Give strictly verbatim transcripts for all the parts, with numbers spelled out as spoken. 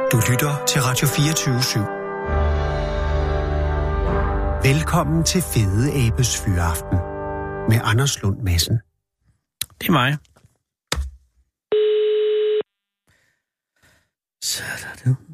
Du lytter til Radio fireogtyve syv. Velkommen til Fede Abes Fyraften med Anders Lund Madsen. Det er mig. Så er der det.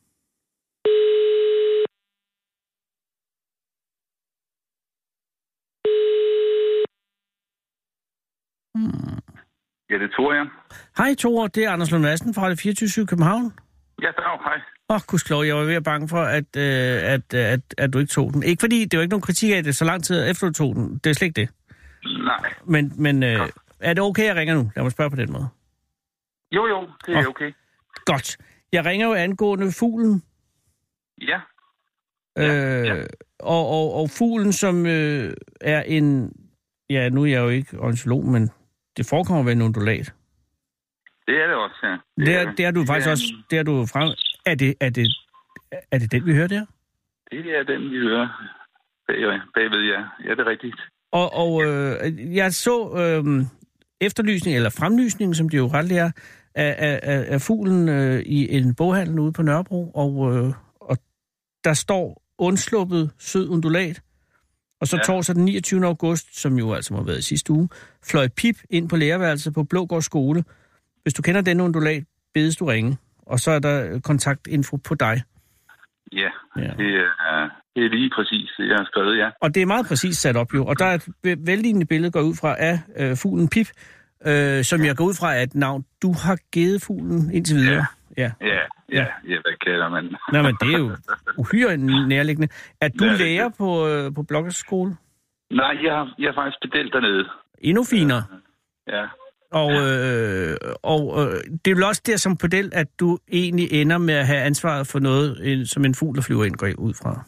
Hmm. Ja, det er Thor, ja. Hej Thor, det er Anders Lund Madsen fra Radio fireogtyve syv København. Ja, dag, hej. Åh, oh, gudskelov, jeg var ved at bange for, at, øh, at, at, at du ikke tog den. Ikke fordi, det var ikke nogen kritik af det så lang tid efter du tog den. Det er slet ikke det. Nej. Men, men øh, er det okay, jeg ringer nu? Lad mig spørge på den måde. Jo, jo, det er oh. okay. Godt. Jeg ringer jo angående fuglen. Ja. Øh, ja, ja. Og, og, og fuglen, som øh, er en... Ja, nu er jeg jo ikke ornitolog, men det forekommer ved en undulat. Det er det også, ja. Det, det, er, det er du faktisk ja. også... Det er du frem... Er det, er, det, er det den, vi hører der? Det er den, vi hører bag, bagved, ja. Ja, det er rigtigt. Og, og øh, jeg så øh, efterlysning, eller fremlysning, som det jo ret er, af, af, af fuglen øh, i en boghandel ude på Nørrebro, og, øh, og der står undsluppet sød undulat. Og så ja. torsdag den niogtyvende august, som jo altså må have været i sidste uge, fløj Pip ind på lærerværelset på Blågård Skole. Hvis du kender denne undulat, bedes du ringe. Og så er der kontaktinfo på dig. Ja, ja. Det, er, det er lige præcis det, jeg har skrevet, ja. Og det er meget præcist sat op jo. Og der er et vellignende billede, går ud fra af øh, fuglen Pip, øh, som ja. jeg går ud fra af et navn. Du har givet fuglen indtil videre. Ja, ja, ja, ja, ja hvad kalder man? Nå, men det er jo uhyre nærliggende. Er du ja, lærer det. på, øh, på Blågård Skole? Nej, jeg har, jeg har faktisk pedel dernede. Endnu finere? Ja. Og, øh, og øh, det er vel også der som pedel, at du egentlig ender med at have ansvaret for noget, en, som en fugl, der flyver ind, går ud fra.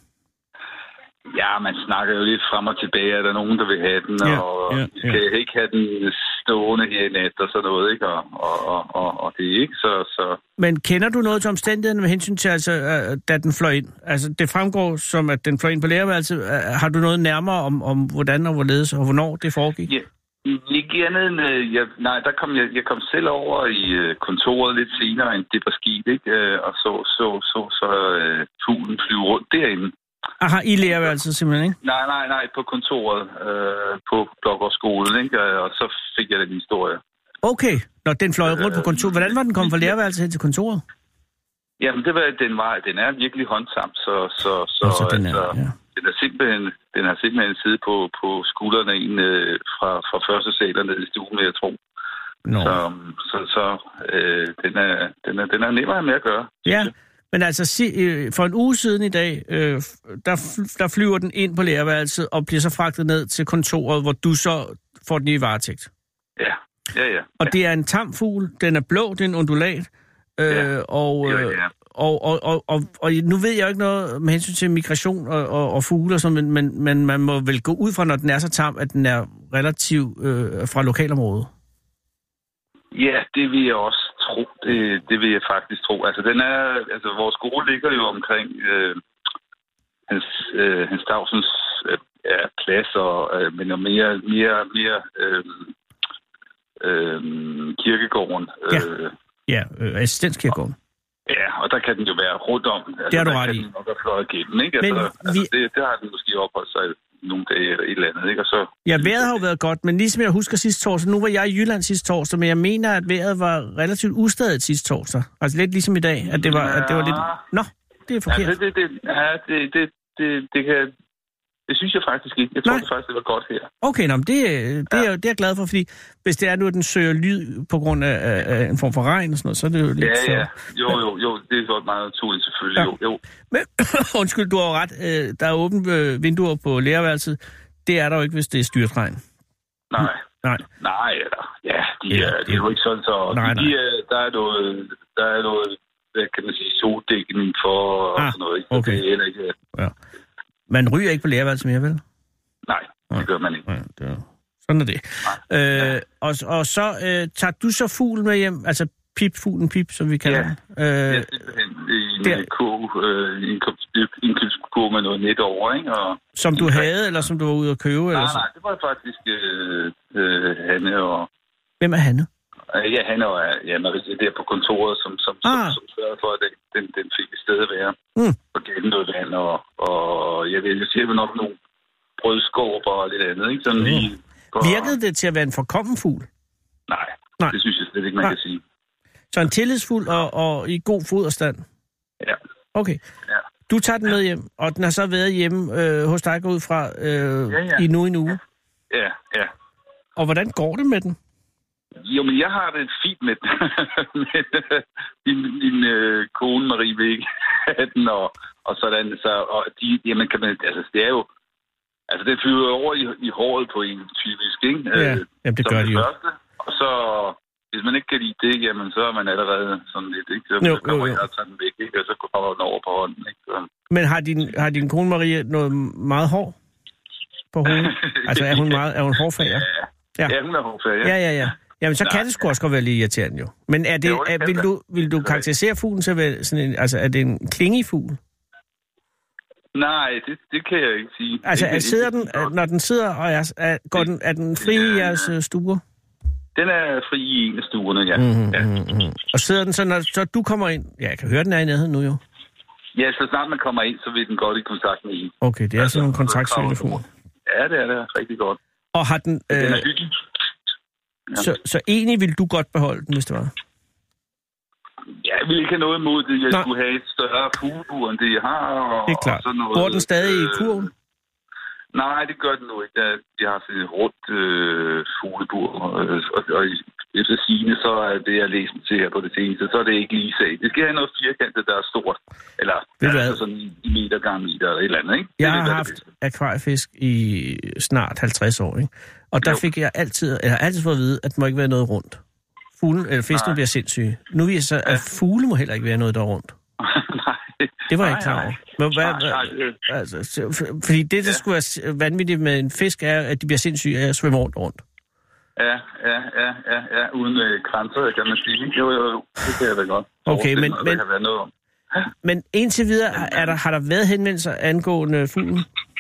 Ja, man snakker jo lidt frem og tilbage. Er der nogen, der vil have den, ja, og ja, vi skal ja. ikke have den stående her i nat og sådan noget, ikke? Og, og, og, og, og det er ikke så, så... Men kender du noget til omstændighederne med hensyn til, altså, da den fløj ind? Altså, det fremgår som, at den fløj ind på lærerværelset. Har du noget nærmere om, om hvordan og hvorledes og hvornår det foregik? Ja. Ikke andet, jeg, nej, der kom jeg, jeg kom selv over i kontoret lidt senere, end det var sket, ikke? Og så så så så uh, fuglen flyve rundt derinde. Aha, i lærerværelset simpelthen, ikke? Nej, nej, nej, på kontoret uh, på Blågård Skole, ikke? Og så fik jeg den historie. Okay, når den fløj rundt på kontoret. Hvordan var den kommet fra lærerværelset hen til kontoret? Jamen, det var, den var, den er virkelig håndsom, så så så, så den er, altså, ja. Den er simpelthen, den har simpelthen siddet på, på skuldrene en øh, fra, fra første sal og ned i stuen, vil jeg tro. No. Så, så, så øh, den, er, den, er, den er nemmere med at gøre. Ja, men altså for en uge siden i dag, øh, der, der flyver den ind på lærerværelset og bliver så fragtet ned til kontoret, hvor du så får den i varetægt. Ja, ja, ja. Og ja. det er en tam fugl, den er blå, det er en undulat, øh, ja. og... Øh, ja, ja. Og, og, og, og, og nu ved jeg jo ikke noget med hensyn til migration og, og, og fugle og sådan, men, men, men man må vel gå ud fra, når den er så tam, at den er relativt øh, fra lokalområdet. Ja, det vil jeg også tro. Det, det vil jeg faktisk tro. Altså, den er, altså vores skole ligger jo omkring øh, Hans, øh, Hans Dagsens øh, ja, plads, og, øh, men jo mere, mere, mere øh, øh, kirkegården. Ja, øh, ja øh, assistenskirkegården. Ja, og der kan den jo være rundt om. Altså, det har du der ret kan i. Den nok have fløjet igennem, ikke? Altså, men altså, vi... det, det har den måske opholdt sig nogle dage eller et eller andet, ikke? Og så... Ja, vejret har jo været godt, men ligesom jeg husker sidste torsdag, nu var jeg i Jylland sidste torsdag, men jeg mener, at vejret var relativt ustadigt sidste torsdag. Altså lidt ligesom i dag, at det var, ja. at det var lidt... Nå, det er forkert. Ja, det, det, det, ja, det, det, det, det kan... Det synes jeg faktisk ikke. Jeg tror det faktisk, det var godt her. Okay, nå, men det, det, ja. er, det er jeg glad for, fordi hvis det er nu, at den søger lyd på grund af, af en form for regn og sådan noget, så er det jo lidt... Ja, ja. Jo, jo, jo. Det er godt meget naturligt selvfølgelig. Ja. Jo, jo. Men undskyld, du har jo ret. Der er åbne vinduer på lærerværelset. Det er der jo ikke, hvis det er styrtregn. Nej. Nej. Nej, eller... Ja, de, ja, er, det er jo ikke sådan, så... Nej, de, nej. De, der er noget... Der er noget, hvad kan man sige, soldækning for ah, og sådan noget. Ikke? Okay. Det er heller ikke... Ja. Man ryger ikke på lærerværelset mere, vel? Nej, det gør man ikke. Ja, det er... Sådan er det. Øh, ja. og, og så øh, tager du så fuglen med hjem, altså Pip, fuglen Pip, som vi kalder ja. den. Øh, ja, simpelthen i en kurv, øh, en indkøbskurv med noget net over, ikke? Og som du havde, eller som du var ude at købe? Nej, eller nej, det var faktisk øh, øh, Hanne og... Hvem er Hanne? Ja, Hanne og ja, Marie, der på kontoret, som, som, ah. som, som sørger for, at den, den, bliver vel nok nogle brødskorper og lidt andet, ikke? Sådan lige på... Virkede det til at være en forkommen fugl? Nej, Nej, det synes jeg slet ikke, man Nej. kan sige. Så en tillidsfuld og, og i god foderstand? Ja. Okay. Ja. Du tager den med hjem, og den har så været hjemme øh, hos dig, går ud fra, øh, ja, ja. i nu en uge. Ja, ja. Og hvordan går det med den? Jo, men jeg har det fint med den. min min øh, kone Marie vil ikke have den, og, og sådan. Så, og de, jamen, kan man, altså, det er jo... Altså, det flyver over i, i håret på en typisk, ikke? Ja, jamen, det som gør de jo. Første. Og så... Hvis man ikke kan lide det, jamen, så er man allerede sådan lidt, ikke? Så, jo, så kommer jo, jo. jeg og tager den væk, ikke? Og så kommer den over på hånden, ikke? Så... Men har din, har din kone Marie noget meget hår på hovedet? Altså, er hun meget er hun hårfager? Ja, ja. ja, hun er hårfager, ja. Ja, ja, ja. Jamen, så Nej, kan det sgu også godt være lidt irriterende, jo. Men er det, jo, det er, vil, du, vil du karakterisere fuglen til være sådan en... Altså, er det en klingefugl? Nej, det, det kan jeg ikke sige. Altså, det, er, sidder den, når den sidder, og er, er, går den, er den fri i jeres uh, stuer? Den er fri i en af stuerne, ja. Mm-hmm, ja. mm-hmm. Og sidder den så, når så du kommer ind... Ja, jeg kan høre, den er i nærheden nu, jo. Ja, så snart man kommer ind, så vil den godt i kontakt med en. Okay, det er altså, sådan en kontaktsøgende fugl. Ja, det er det. Rigtig godt. Og har den... Øh, den er hyggelig. Ja. Så, så egentlig ville du godt beholde den, hvis det var? Ja, jeg ville ikke have noget imod det. Jeg Nå. skulle have et større fuglebur, end det jeg har. Og, det er klart. Og sådan noget. Bor den stadig øh, i kurven? Nej, det gør den nu ikke. Jeg har sådan et rundt øh, fuglebur, og, og, og efter sigende, så er det, jeg læser til her på det seneste, så er det ikke lige sag. Det skal have noget firkantet, der er stort. Eller altså sådan i meter gange meter eller et eller andet, ikke? Jeg det, har det, haft akvariefisk i snart halvtreds år, ikke? Og der jo. fik jeg altid, eller altid fået at vide, at det må ikke være noget rundt. Fuglen, eller fiskene bliver sindssyge. Nu viser sig, at fugle må heller ikke være noget, der er rundt. Nej. Det var jeg ikke klar over. Men hvad, nej, nej. Altså, fordi det, der ja. skulle være vanvittigt med en fisk, er, at de bliver sindssyge af at svømme rundt rundt. Ja, ja, ja, ja, ja. Uden øh, grænser, kan man sige. Jo, jo, jo. Det kan jeg da godt. Okay, men, mig, men, noget om. men indtil videre, er der, har der været henvendelser angående fuglen?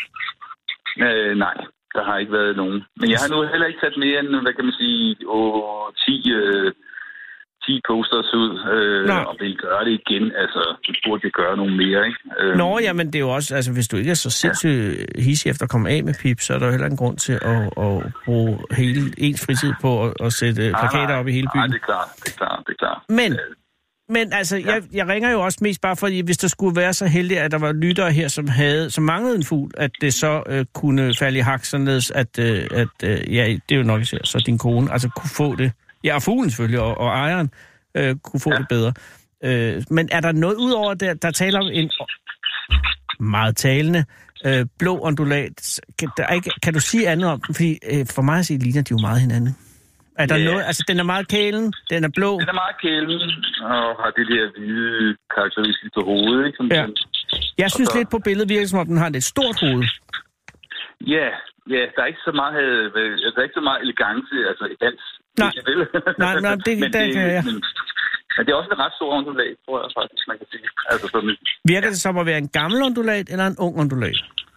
Øh, nej, der har ikke været nogen. Men jeg har nu heller ikke sat mere end, hvad kan man sige, åh, ti... Øh, ti posters ud, øh, og vil gøre det igen. Altså, det burde vi gøre nogle mere, ikke? Øh, Nå, jamen det er jo også, altså hvis du ikke er så sindssygt ja. hissig efter at komme af med pip, så er der jo heller en grund til at, at bruge hele ens fritid på at, at sætte nej, plakater op i hele byen. Nej, det er klart, det er klart, det er klart. Men, men altså, ja. jeg, jeg ringer jo også mest bare fordi, hvis der skulle være så heldig, at der var lyttere her, som havde, som manglede en fugl, at det så øh, kunne falde i hak, således at, øh, at øh, ja, det er jo nok især, så din kone, altså kunne få det. Ja, og fuglen selvfølgelig, og, og ejeren øh, kunne få ja. det bedre. Øh, men er der noget udover det, der taler om en meget talende øh, blå ondulat? Kan, der ikke, kan du sige andet om den? Fordi øh, for mig at se, ligner de jo meget hinanden. Er der yeah. noget? Altså, den er meget kælen, den er blå. Den er meget kælen, og har det der hvide karakteristiske hoved, ikke? Som ja. Den. Jeg synes så... lidt på billedet virker, som om den har et stort hoved. Ja, ja, der er ikke så meget, der er ikke så meget elegance, altså i dans. Nej, nej, nej, det, men der det, kan jeg. Men, men det er også en ret stor ondulat, tror jeg faktisk, man kan sige. Altså sådan, virker det som at være en gammel ondulat eller en ung ondulat?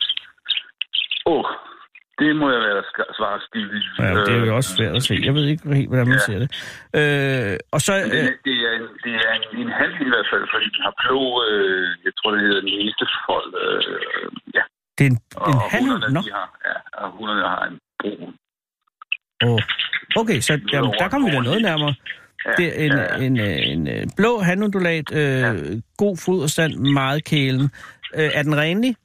Åh, oh, det må jeg være svare skyldig. Ja, det er jo også svært at se. Jeg ved ikke helt, hvordan man ja. ser det. Øh, og så, det, øh, det er, en, det er en, en halv i hvert fald, fordi den har blå, øh, jeg tror det hedder næste fold, øh, ja. Det er en, en og handel? Hunderne, de har, ja, og hunderne har en brun. Oh. Okay, så jamen, der kommer vi da noget nærmere. Ja, det er en, ja. en, en, en blå hanundulat, øh, ja. god foderstand, meget kælen. Øh, er den renlig?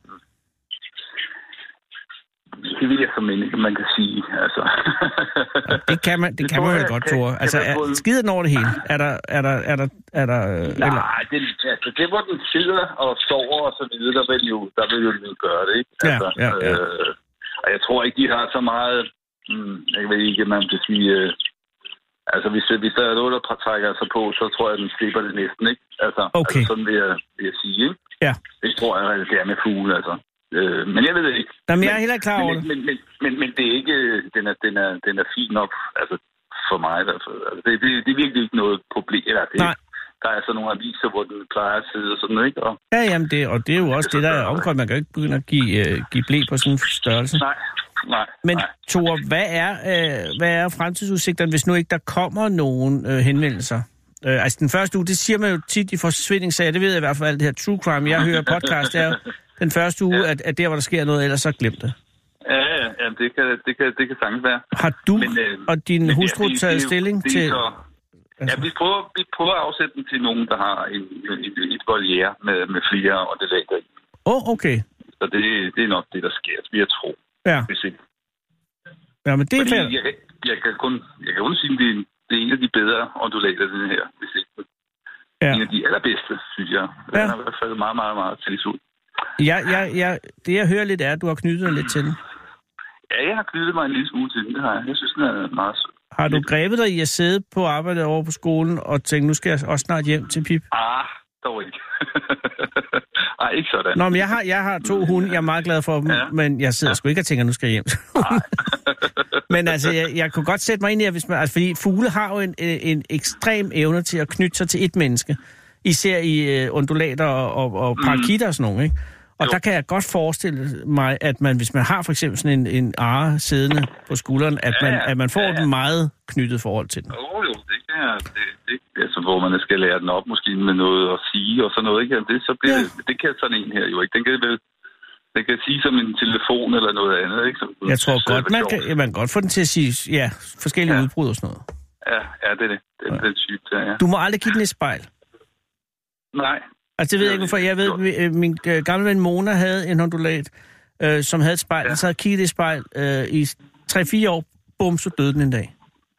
Det vil jeg som ikke, man kan sige. Altså. Ja, det kan man, det, det kan man jo godt, Tore. Altså, er, skider den over det hele? Er der... Er der, er der, er der øh, Nej, eller? det, altså, det hvor den sidder og sover og så videre, der vil jo, der vil jo lige gøre det, ikke? Altså, ja, ja, ja. Øh, og jeg tror ikke, de har så meget... Hmm, jeg ved ikke, man kan sige... Øh, altså, hvis, hvis der er noget, der trækker sig på, så tror jeg, at den slipper det næsten, ikke? Altså, okay. altså sådan vil jeg, vil jeg sige, ikke? Ja. Det tror jeg, at det er med fugle, altså. Øh, men jeg ved det ikke. Jamen, jeg er heller ikke klar over men, det. Men, men, men, men det er ikke... Den er, den er, den er fin nok, altså, for mig i hvert fald. Altså, det, det, det er virkelig ikke noget problem. Eller, det, Nej. Der er så nogle aviser, hvor den plejer at sidde og sådan noget, ikke? Og, ja, jamen, det, og det er jo også det, der er omkring. Man kan jo ikke begynde at give, uh, give blæ på sådan en størrelse. Nej, nej. Men nej. Tore, hvad er, uh, hvad er fremtidsudsigterne, hvis nu ikke der kommer nogen uh, henvendelser? Øh, altså den første uge, det siger man jo tit i forsvindingssager, det ved jeg i hvert fald, alt det her true crime, jeg hører podcast, det er jo den første uge, ja. at, at der, hvor der sker noget, ellers så glem det. Ja, ja, ja, det kan, det kan, det kan sagtens være. Har du men, øh, og din men, hustru ja, det, taget det, stilling det, til... Så, altså. Ja, vi prøver, vi prøver at afsætte den til nogen, der har en, en, et voliere med, med flere undulater i. Åh, oh, okay. Så det, det er nok det, der sker, vi har tro. Ja. Ja, men det er fair. Jeg, jeg, kan kun, jeg kan kun sige, at det er, det er en af de bedre undulater, den her, hvis ikke. Ja. En af de allerbedste, synes jeg. Den ja. er i hvert fald meget, meget, meget tilsud. Ja, ja, ja, det jeg hører lidt er, at du har knyttet dig lidt til den. Ja, jeg har knyttet mig en lille smule til den, det har jeg. Jeg synes, den er meget sød. Har du grebet dig i at sidde på arbejdet over på skolen og tænkt, nu skal jeg også snart hjem til Pip? Ah, dog ikke. Ej, ikke sådan. Nå, men jeg har, jeg har to hunde, jeg er meget glad for dem, ja. men jeg sidder ja. sgu ikke og tænker, nu skal jeg hjem. Men altså, jeg, jeg kunne godt sætte mig ind i, hvis man, altså, fordi fugle har jo en, en ekstrem evne til at knytte sig til et menneske. Især i uh, undulater og, og, og parakitter og sådan nogle, ikke? Og jo. Der kan jeg godt forestille mig, at man, hvis man har for eksempel sådan en, en are siddende på skulderen, at man, ja, ja. At man får ja, ja. et meget knyttet forhold til den. Jo, jo, det kan jeg. Det, det, altså, hvor man skal lære den op måske med noget at sige og sådan noget, ikke? Det, så bliver, ja. det, det kan sådan en her jo ikke. Den kan vel... Den kan sige som en telefon eller noget andet, ikke? Som, jeg tror godt, man kan, man kan godt få den til at sige, ja, forskellige ja. udbrud og sådan noget. Ja, ja, det er det. Det er ja. den type der, ja. Du må aldrig give den et spejl. Nej. Altså, det ved jeg ikke, hvorfor. Jeg ved, at min øh, gamle ven Mona havde en ondulat, øh, som havde et spejl. Ja. Så havde kigget i spejl øh, i tre fire år. Bum, så døde den en dag.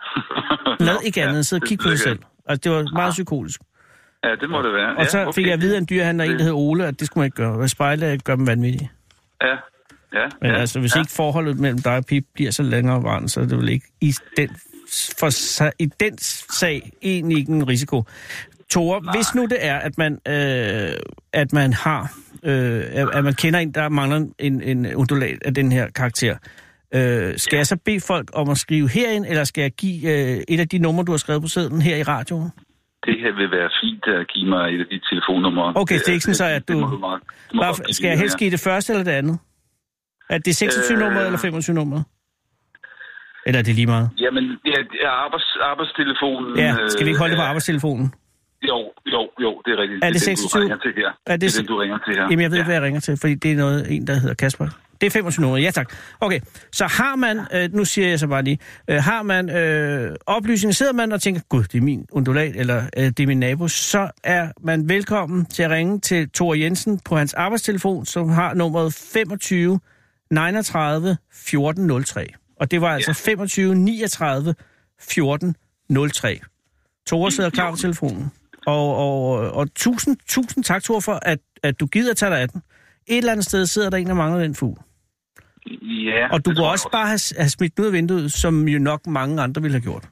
Lad ikke andet, ja, så kig på dig selv. Altså, det var meget ah. psykotisk. Ja, det må det være. Og så ja, okay. fik jeg at vide af en dyrhandler, en der hed Ole, at det skulle man ikke gøre. Spejle gør dem vanvittige. Ja, ja. Men ja, altså, hvis ja. ikke forholdet mellem dig og Pip bliver så længere varmt, så er det vel ikke i den, for, i den sag egentlig ikke en risiko. Tore, Nej. hvis nu det er, at man, øh, at man har, øh, at man kender en, der mangler en, en undulat af den her karakter, øh, skal ja. jeg så bede folk om at skrive herind, eller skal jeg give øh, et af de numre, du har skrevet på sedlen her i radioen? Det her vil være fint at give mig et af de telefonnumre. Okay, det er ikke sådan så, at du... Det må du meget, det må Bare, skal jeg helst give det første eller det andet? Er det seksogtyve-nummeret øh... eller femogtyve-nummeret? Eller er det lige meget? Jamen, ja, det er arbejds, arbejdstelefonen. Ja, skal vi ikke holde det på øh, arbejdstelefonen? Jo, jo, jo, det er rigtigt. Er det, det seksogtyve? Den, du ringer til her. Er det, det er den, du ringer til her. Jamen, jeg ved ikke, ja. hvad jeg ringer til, fordi det er noget, en, der hedder Kasper. Det er femogtyve nummer. Ja, tak. Okay, så har man, øh, nu siger jeg så bare lige, øh, har man øh, oplysninger, sidder man og tænker, gud, det er min undulat, eller øh, det er min nabo, så er man velkommen til at ringe til Tore Jensen på hans arbejdstelefon, som har nummeret femogtyve niogtredive fjorten nul tre. Og det var altså ja. femogtyve niogtredive fjorten nul tre. Tore sidder klar på telefonen. Og, og, og tusind, tusind tak, Tore, for at, at du gider tage dig af den. Et eller andet sted sidder der en, der mangler den fugl. Ja. Og du kunne også bare have, have smidt ud af vinduet, som jo nok mange andre ville have gjort.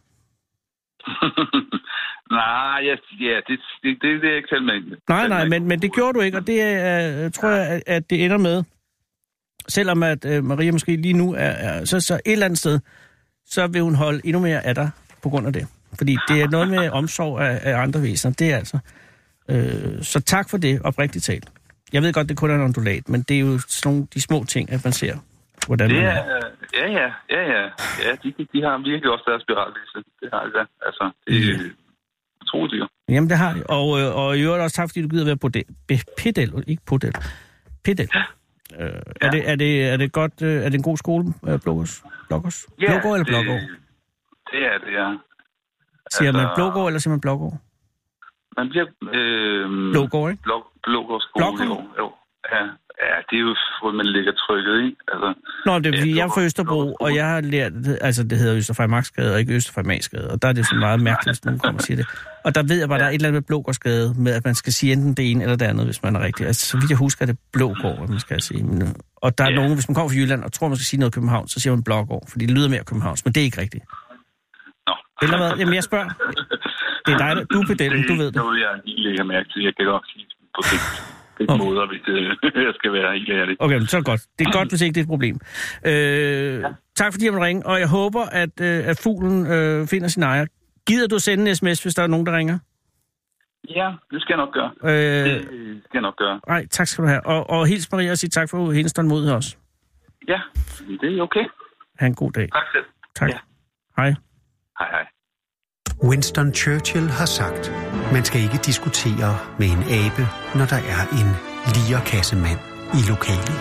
nej, ja, ja det, det, det, det er ikke selv med. Nej, nej, men, men det gjorde du ikke, og det uh, tror jeg, at, at det ender med. Selvom at uh, Maria måske lige nu er, er så, så et eller andet sted, så vil hun holde endnu mere af dig på grund af det. Fordi det er noget med omsorg af, af andre væsener. Det er altså. Øh, så tak for det, oprigtigt talt. Jeg ved godt, det kun er en ondulat, men det er jo sådan nogle de små ting, at man ser, hvordan det man er. er. Ja, ja, ja, ja. ja de, de har virkelig også deres spiralvæsen. Det har de da. Altså, det er mm. utroligt dyr. Jamen, det har de. Og, og i øvrigt også tak, fordi du gider være podel. Pedel, ikke podel. Pedel. Øh, ja. er, det, er, det, er det godt, er det en god skole, Blågårds? Blågårds? Ja, Blågård eller Blågård? Det, det er det, ja. Siger altså, man Blågård, eller siger man Blågård? Man bliver... Øh, Blågård, ikke? Blå, Blågård skole, jo. jo. Ja, ja, det er jo, hvor man ligger trykket, ikke? Altså, Nå, det er fordi, ja, jeg er fra Østerbro, og jeg har lært... Altså, det hedder Østerfejmarksgade, og ikke Østerfejmagsgade. Og der er det så meget mærkeligt, hvis nogen kommer og siger det. Og der ved jeg bare, ja. der er et eller andet med Blågårdsgade, med at man skal sige enten det ene eller det andet, hvis man er rigtig. Altså, så vidt jeg husker, er det Blågård, man skal sige. Men, og der er ja. nogen, hvis man kommer fra Jylland og tror, man skal sige noget København, så siger man Blågård, fordi det lyder mere Københavns, men det er ikke rigtigt. Nå. Eller hvad? Jamen, jeg spørger. Det er dig, der, du er pedellen, du ved det. Det er noget, jeg lige lægger mærke til. Jeg kan godt sige på det. Det er okay. måder, hvis det, jeg skal være helt ærlig. Okay, men så er det godt. Det er godt, hvis ikke det er et problem. Øh, ja. Tak fordi jeg vil ringe, og jeg håber, at, øh, at fuglen øh, finder sin ejer. Gider du sende en sms, hvis der er nogen, der ringer? Ja, det skal jeg nok gøre. Øh, det skal jeg nok gøre. Nej, tak skal du have. Og, og hils Maria og sig tak for hendes tålmodighed også. Ja, det er okay. Ha' en god dag. Tak selv. Tak. Ja. Hej. Hej, hej. Winston Churchill har sagt, man skal ikke diskutere med en abe, når der er en lierkassemand i lokalet.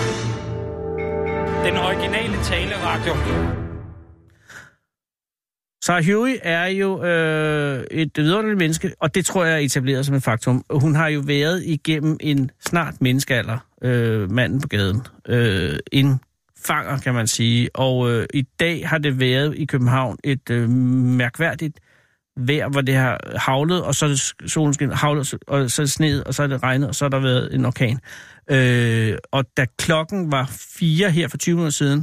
Den originale taleradio. Sarah Huey er jo øh, et vidunderligt menneske, og det tror jeg er etableret som et faktum. Hun har jo været igennem en snart menneskealder, øh, manden på gaden. Øh, en fanger, kan man sige. Og øh, i dag har det været i København et øh, mærkværdigt vejr, hvor det har havlet, og så er det solen skin, havlet, og så er det sneet, og så er det regnet, og så har der været en orkan. Øh, og da klokken var fire her for tyve minutter siden,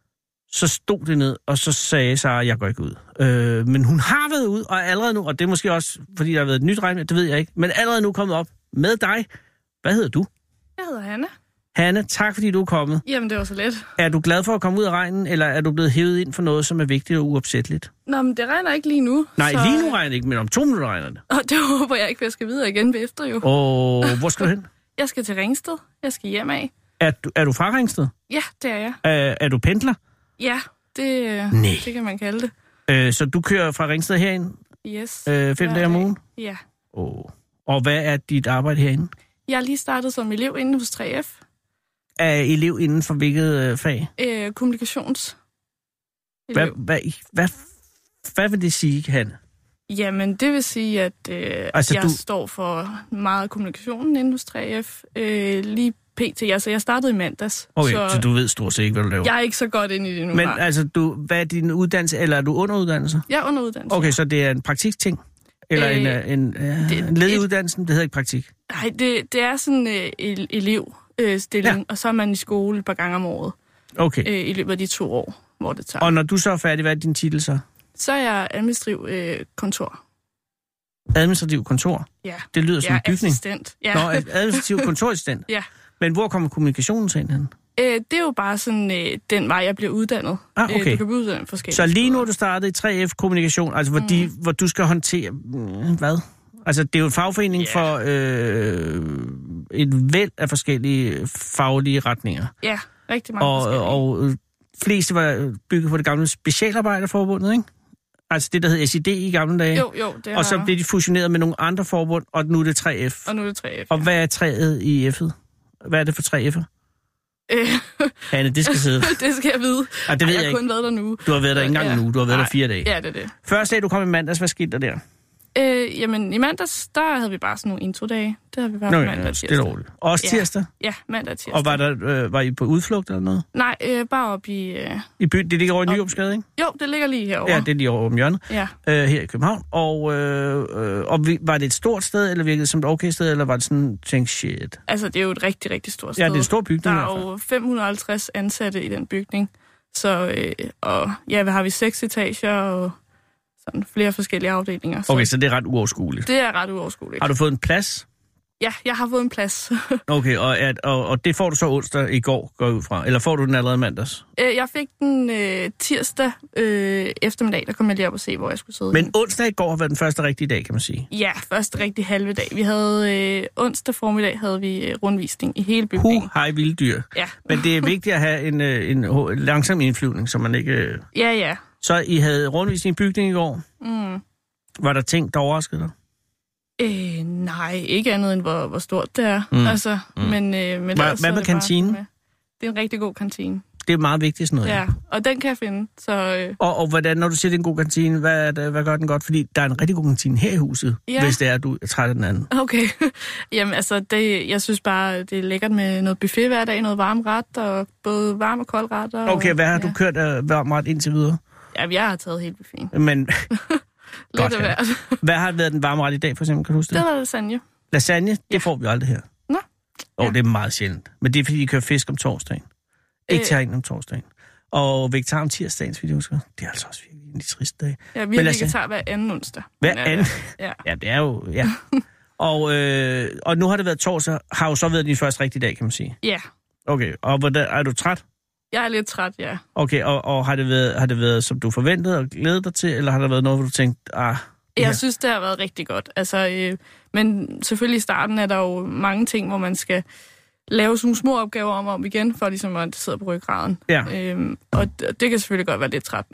så stod det ned, og så sagde Sarah, jeg går ikke ud. Øh, men hun har været ud, og allerede nu, og det er måske også, fordi der har været et nyt regn, det ved jeg ikke, men allerede nu kommet op med dig. Hvad hedder du? Jeg hedder Hanne. Hanne, tak fordi du er kommet. Jamen, det var så let. Er du glad for at komme ud af regnen, eller er du blevet hævet ind for noget, som er vigtigt og uopsætteligt? Nå, men det regner ikke lige nu. Nej, så... lige nu regner det ikke, men om to minutter regner det. Og det håber jeg ikke, for jeg skal videre igen efter jo. Og hvor skal du hen? Jeg skal til Ringsted. Jeg skal hjem af. Er du, er du fra Ringsted? Ja, det er jeg. Er, er du pendler? Ja, det, Nej. det kan man kalde det. Øh, så du kører fra Ringsted herind? Yes. Øh, fem dage om ugen? Ja. Oh. Og hvad er dit arbejde herinde? Jeg har lige startet som elev inde hos tre F. Er elev inden for hvilket øh, fag? Øh, kommunikations. Hvad, hvad, hvad, hvad vil det sige, Hanne? Jamen, det vil sige, at øh, altså, jeg du... står for meget af kommunikationen inde hos tre F. Øh, lige pt. Altså, jeg startede i mandags. Okay, så, så du ved stort set ikke, hvad du laver. Jeg er ikke så godt inde i det nu. Men her. altså, du, hvad er din uddannelse, eller er du under uddannelse? Jeg er under uddannelse. Okay, så det er en praktikting? Eller øh, en, en, en, det, en led i et, uddannelsen? Det hedder ikke praktik? Nej, det, det er sådan en øh, elevstilling, ja. Og så er man i skole et par gange om året. Okay. Øh, I løbet af de to år, hvor det tager. Og når du så er færdig, hvad er din titel så? Så er jeg administrativ øh, kontor. Administrativ kontor? Ja. Det lyder som ja, en bygning. Assistent. Ja, Nå, administrativ kontorassistent? Ja. Men hvor kommer kommunikationen til hen? Øh, det er jo bare sådan øh, den vej, jeg bliver uddannet. Ah, okay. Øh, du kan blive uddannet forskellige Så lige nu steder. er du startet i tre F Kommunikation, altså hvor, mm. de, hvor du skal håndtere... Hvad? Altså, det er jo en fagforening yeah. for øh, et væld af forskellige faglige retninger. Ja, rigtig mange og, forskellige. Og fleste var bygget på det gamle Specialarbejderforbundet, ikke? Altså det, der hed S I D i gamle dage. Jo, jo. Det har... Og så blev de fusioneret med nogle andre forbund, og nu er det tre F. Og nu er det tre F, Og hvad er træet i F'et? Hvad er det for tre F'er? Øh... Anne, det skal sidde. Det skal jeg vide. Ah, det ved Ej, jeg, jeg har ikke. kun været der nu. Du har været der ikke engang ja. nu, du har været Ej. der fire dage. Ja, det er det. Første dag, du kom i mandags, hvad skete der der? Øh, jamen, i mandags, der havde vi bare sådan nogle introdage. Det havde vi bare Nå, mandag ja, og tirsdag. det er roligt. Og også tirsdag? Ja, ja mandag og tirsdag. Og var, der, øh, var I på udflugt eller noget? Nej, øh, bare op i... Øh... I byen, det ligger over i Nyopsgade, ikke? Jo, det ligger lige herovre. Ja, det er lige over om hjørnet, ja. øh, her i København. Og, øh, øh, og vi, var det et stort sted, eller virkede det som et okay sted, eller var det sådan, tænk shit? Altså, det er jo et rigtig, rigtig stort sted. Ja, det er en stor bygning. Der er jo fem hundrede og halvtreds ansatte i den bygning. Så, øh, og ja, hvad har vi? Seks etager og sådan flere forskellige afdelinger. Så okay, så det er ret uoverskueligt. det er ret uoverskueligt. Har du fået en plads? Ja, jeg har fået en plads. Okay, og, at, og, og det får du så onsdag i går, går jeg ud fra? Eller får du den allerede mandags? Øh, jeg fik den øh, tirsdag øh, eftermiddag, der kom jeg lige op og se, hvor jeg skulle sidde. Men hen. onsdag i går har været den første rigtige dag, kan man sige. Ja, første rigtig halve dag. Vi havde øh, onsdag formiddag havde vi øh, rundvisning i hele bygningen. Huh, hej vilde dyr. Ja. Men det er vigtigt at have en, øh, en, en langsom indflyvning, så man ikke... Øh... Ja, ja. Så I havde rundvisning i bygningen i går. Mm. Var der ting, der overraskede dig? Øh, nej, ikke andet end hvor, hvor stort det er. Mm. Altså, mm. Men, øh, men Hva, ellers hvad er med det bare kantinen? med- Det er en rigtig god kantine. Det er meget vigtigt sådan noget. Ja, og den kan jeg finde. Så, øh, Og, og hvordan, når du siger, det er en god kantine, hvad, er det, hvad gør den godt? Fordi der er en rigtig god kantine her i huset, Ja. hvis det er, at du er træt af den anden. okay. Jamen altså, det, jeg synes bare, det er lækkert med noget buffet hver dag, noget varm ret, og både varm og kold ret. Og, Okay, hvad har ja. du kørt af varm ret indtil videre? Ja, jeg har taget helt buffeten. Men Lidt af ja. hvert. hvad har været den varme ret i dag, for eksempel? Kan du huske det? Det var lasagne. Lasagne, det Ja. får vi aldrig her. Nå. Og Ja. det er meget sjældent. Men det er, fordi de kører fisk om torsdagen. Ikke Øh. terrine om torsdagen. Og vegetar om tirsdagen, hvis vi husker. Det er altså også virkelig en af de triste dage. Ja, vi Men har lasagne- vegetar hver anden onsdag. Hver Men, øh, anden? Ja. Ja, det er jo... Ja. og, øh, og nu har det været torsdag. Har jo så været din første rigtige dag, kan man sige. Ja, Okay, og hvordan, er du træt? jeg er lidt træt, ja. Okay, og, og har, det været, har det været, som du forventede og glædede dig til, eller har der været noget, hvor du tænkte, ah... Jeg ja. synes, det har været rigtig godt. Altså, øh, men selvfølgelig i starten er der jo mange ting, hvor man skal lave sådan nogle små opgaver om og om igen, for ligesom at det sidder på ryggraden. Ja. Øhm, og det, det kan selvfølgelig godt være lidt trættende.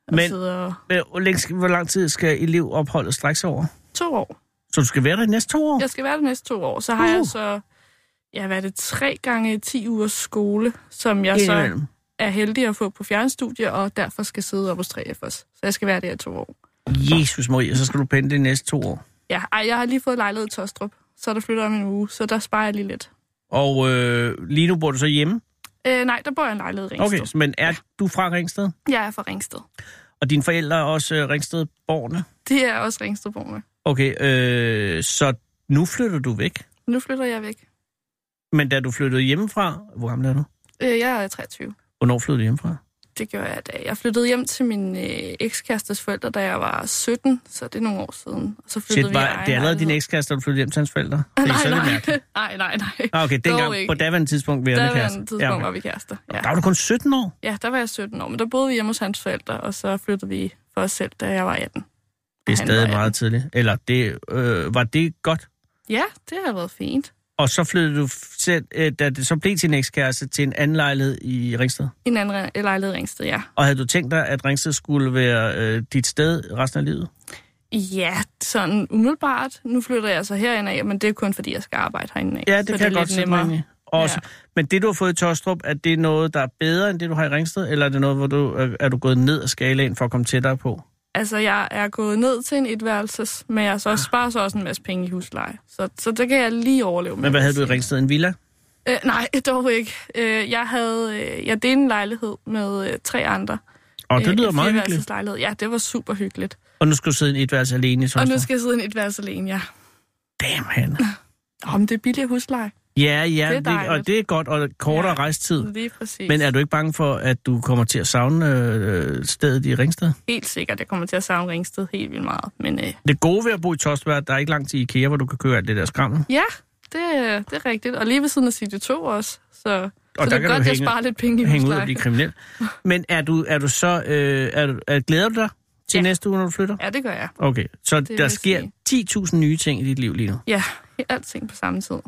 Og Men sidde og... hvor, længe, hvor lang tid skal elevopholdet strække sig over? To år. Så du skal være der de næste to år? Jeg skal være der de næste to år. Så har uh. jeg så, ja, hvad er det, tre gange ti ugers skole, som jeg så er heldig at få på fjernstudie, og derfor skal sidde op hos tre F også. Så jeg skal være der i to år. Jesus Maria, så skal du pendle de næste to år. Ja, ej, jeg har lige fået lejlighed i Tostrup, så der flytter om en uge, så der sparer jeg lige lidt. Og øh, lige nu bor du så hjemme? Øh, nej, der bor jeg en lejlighed i Ringsted. Okay, men er ja. du fra Ringsted? Jeg er fra Ringsted. Og dine forældre er også øh, Ringstedborgerne? Det er også Ringstedborgerne. Okay, øh, så nu flytter du væk? Nu flytter jeg væk. Men da du flyttede hjemmefra, hvor gammel er du? Øh, jeg er treogtyve. Hvornår flyttede du hjemmefra? Det gjorde jeg, da jeg flyttede hjem til min øh, ekskærestes forældre, da jeg var sytten, så det er nogle år siden. Og så flyttede Shit, var, vi det er allerede din ekskæreste, du flyttede hjem til hans forældre? Det er nej, så lidt nej. mærkeligt. nej, nej, nej. Ah, okay, dengang på daværende tidspunkt var jeg kæreste. tidspunkt ja, okay. var vi kærester. Ja. Der var du kun sytten år? Ja, der var jeg sytten år, men der boede vi hjemme hos hans forældre, og så flyttede vi for os selv, da jeg var atten. Det er stadig meget tidligt. Eller det, øh, var det godt? Ja, det har været fint. Og så flyttede du selv, øh, da det så blev til en ekskæreste, til en anden lejlighed i Ringsted? En anden lejlighed i Ringsted, ja. Og havde du tænkt dig, at Ringsted skulle være øh, dit sted resten af livet? Ja, sådan umiddelbart. Nu flytter jeg så herind af, men det er kun fordi, jeg skal arbejde herinde af. Ja, det så kan det jeg godt sætte mig ind i. Også. Ja. Men det, du har fået i Tostrup, er det noget, der er bedre end det, du har i Ringsted? Eller er det noget, hvor du er, er du gået ned ad skalaen for at komme tættere på? Altså, jeg er gået ned til en etværelses, men jeg så også sparer så også en masse penge i husleje. Så, så det kan jeg lige overleve med. Men hvad havde du i Ringsted? En villa? Øh, nej, dog ikke. Øh, jeg havde, øh, jeg delte en lejlighed med øh, tre andre. Og det lyder øh, meget hyggeligt. Lejlighed. Ja, det var super hyggeligt. Og nu skal du sidde i en etværelse alene i Tostrup? Og nu skal jeg sidde i en etværelse alene, ja. Damn, Hanne. Nå, men det er billig husleje. Ja, ja, det det, og det er godt, og kortere ja, rejstid. Lige præcis. Men er du ikke bange for, at du kommer til at savne øh, stedet i Ringsted? Helt sikkert, jeg kommer til at savne Ringsted helt vildt meget. Men, øh... det gode ved at bo i Tostrup er, at der er ikke langt til IKEA, hvor du kan køre alt det der skrammel. Ja, det, det er rigtigt. Og lige ved siden af City to også. Så, og så det er godt, at jeg sparer lidt penge i husleje. Hænge ud og blive kriminel. Men er du, er du så... Øh, er du, er, glæder du dig til ja. næste uge, når du flytter? Ja, det gør jeg. Okay, så det der sker ti tusind nye ting i dit liv lige nu? Ja, alting på samme tid.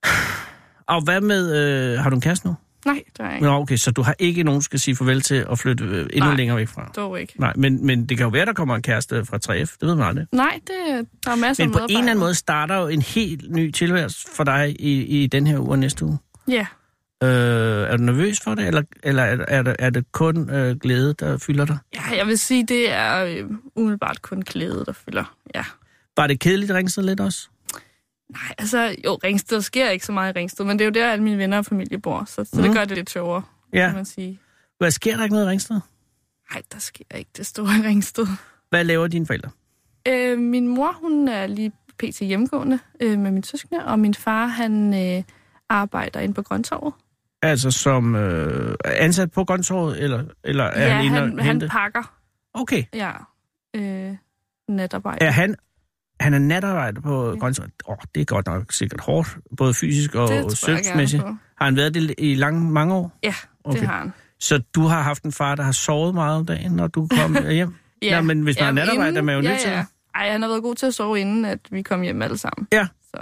Og hvad med... Øh, har du en kæreste nu? Nej, det er ikke. Nå, okay, så du har ikke nogen, du skal sige farvel til at flytte øh, endnu Nej, længere væk fra? dog ikke. Nej, men, men det kan jo være, der kommer en kæreste fra tre F. Det ved man aldrig. Nej, det, der er masser men af på en eller anden måde starter jo en helt ny tilværelse for dig i, i den her uge og næste uge. Ja. Øh, er du nervøs for det, eller, eller er, er, det, er det kun øh, glæde, der fylder dig? Ja, jeg vil sige, det er øh, umiddelbart kun glæde, der fylder, ja. Var det kedeligt Ringsted lidt også? Nej, altså, jo, Ringsted sker ikke så meget i Ringsted, men det er jo der, alle mine venner og familie bor, så, så mm. det gør det lidt sjovere, ja. kan man sige. Hvad sker der ikke noget i Ringsted? Nej, der sker ikke det store i Ringsted. Hvad laver dine forældre? Øh, min mor, hun er lige pt. Hjemmegående øh, med min søskende, og min far, han øh, arbejder inde på Grøntorvet. Altså som øh, ansat på Grøntorvet, eller, eller er ja, han inde han, og han pakker. Okay. Ja, øh, natarbejde. Er han, han er natarbejde på okay. Grøntorvet? Åh, oh, det er godt nok sikkert hårdt, både fysisk og søvnsmæssigt. Har han været det i lange, mange år? Ja, okay. Det har han. Så du har haft en far, der har sovet meget om dagen, når du kom hjem? Ja. Nå, men hvis man ja, er natarbejde, er man jo ja, nødt til. Ja. Ej, han har været god til at sove inden, at vi kom hjem alle sammen. Ja. Så.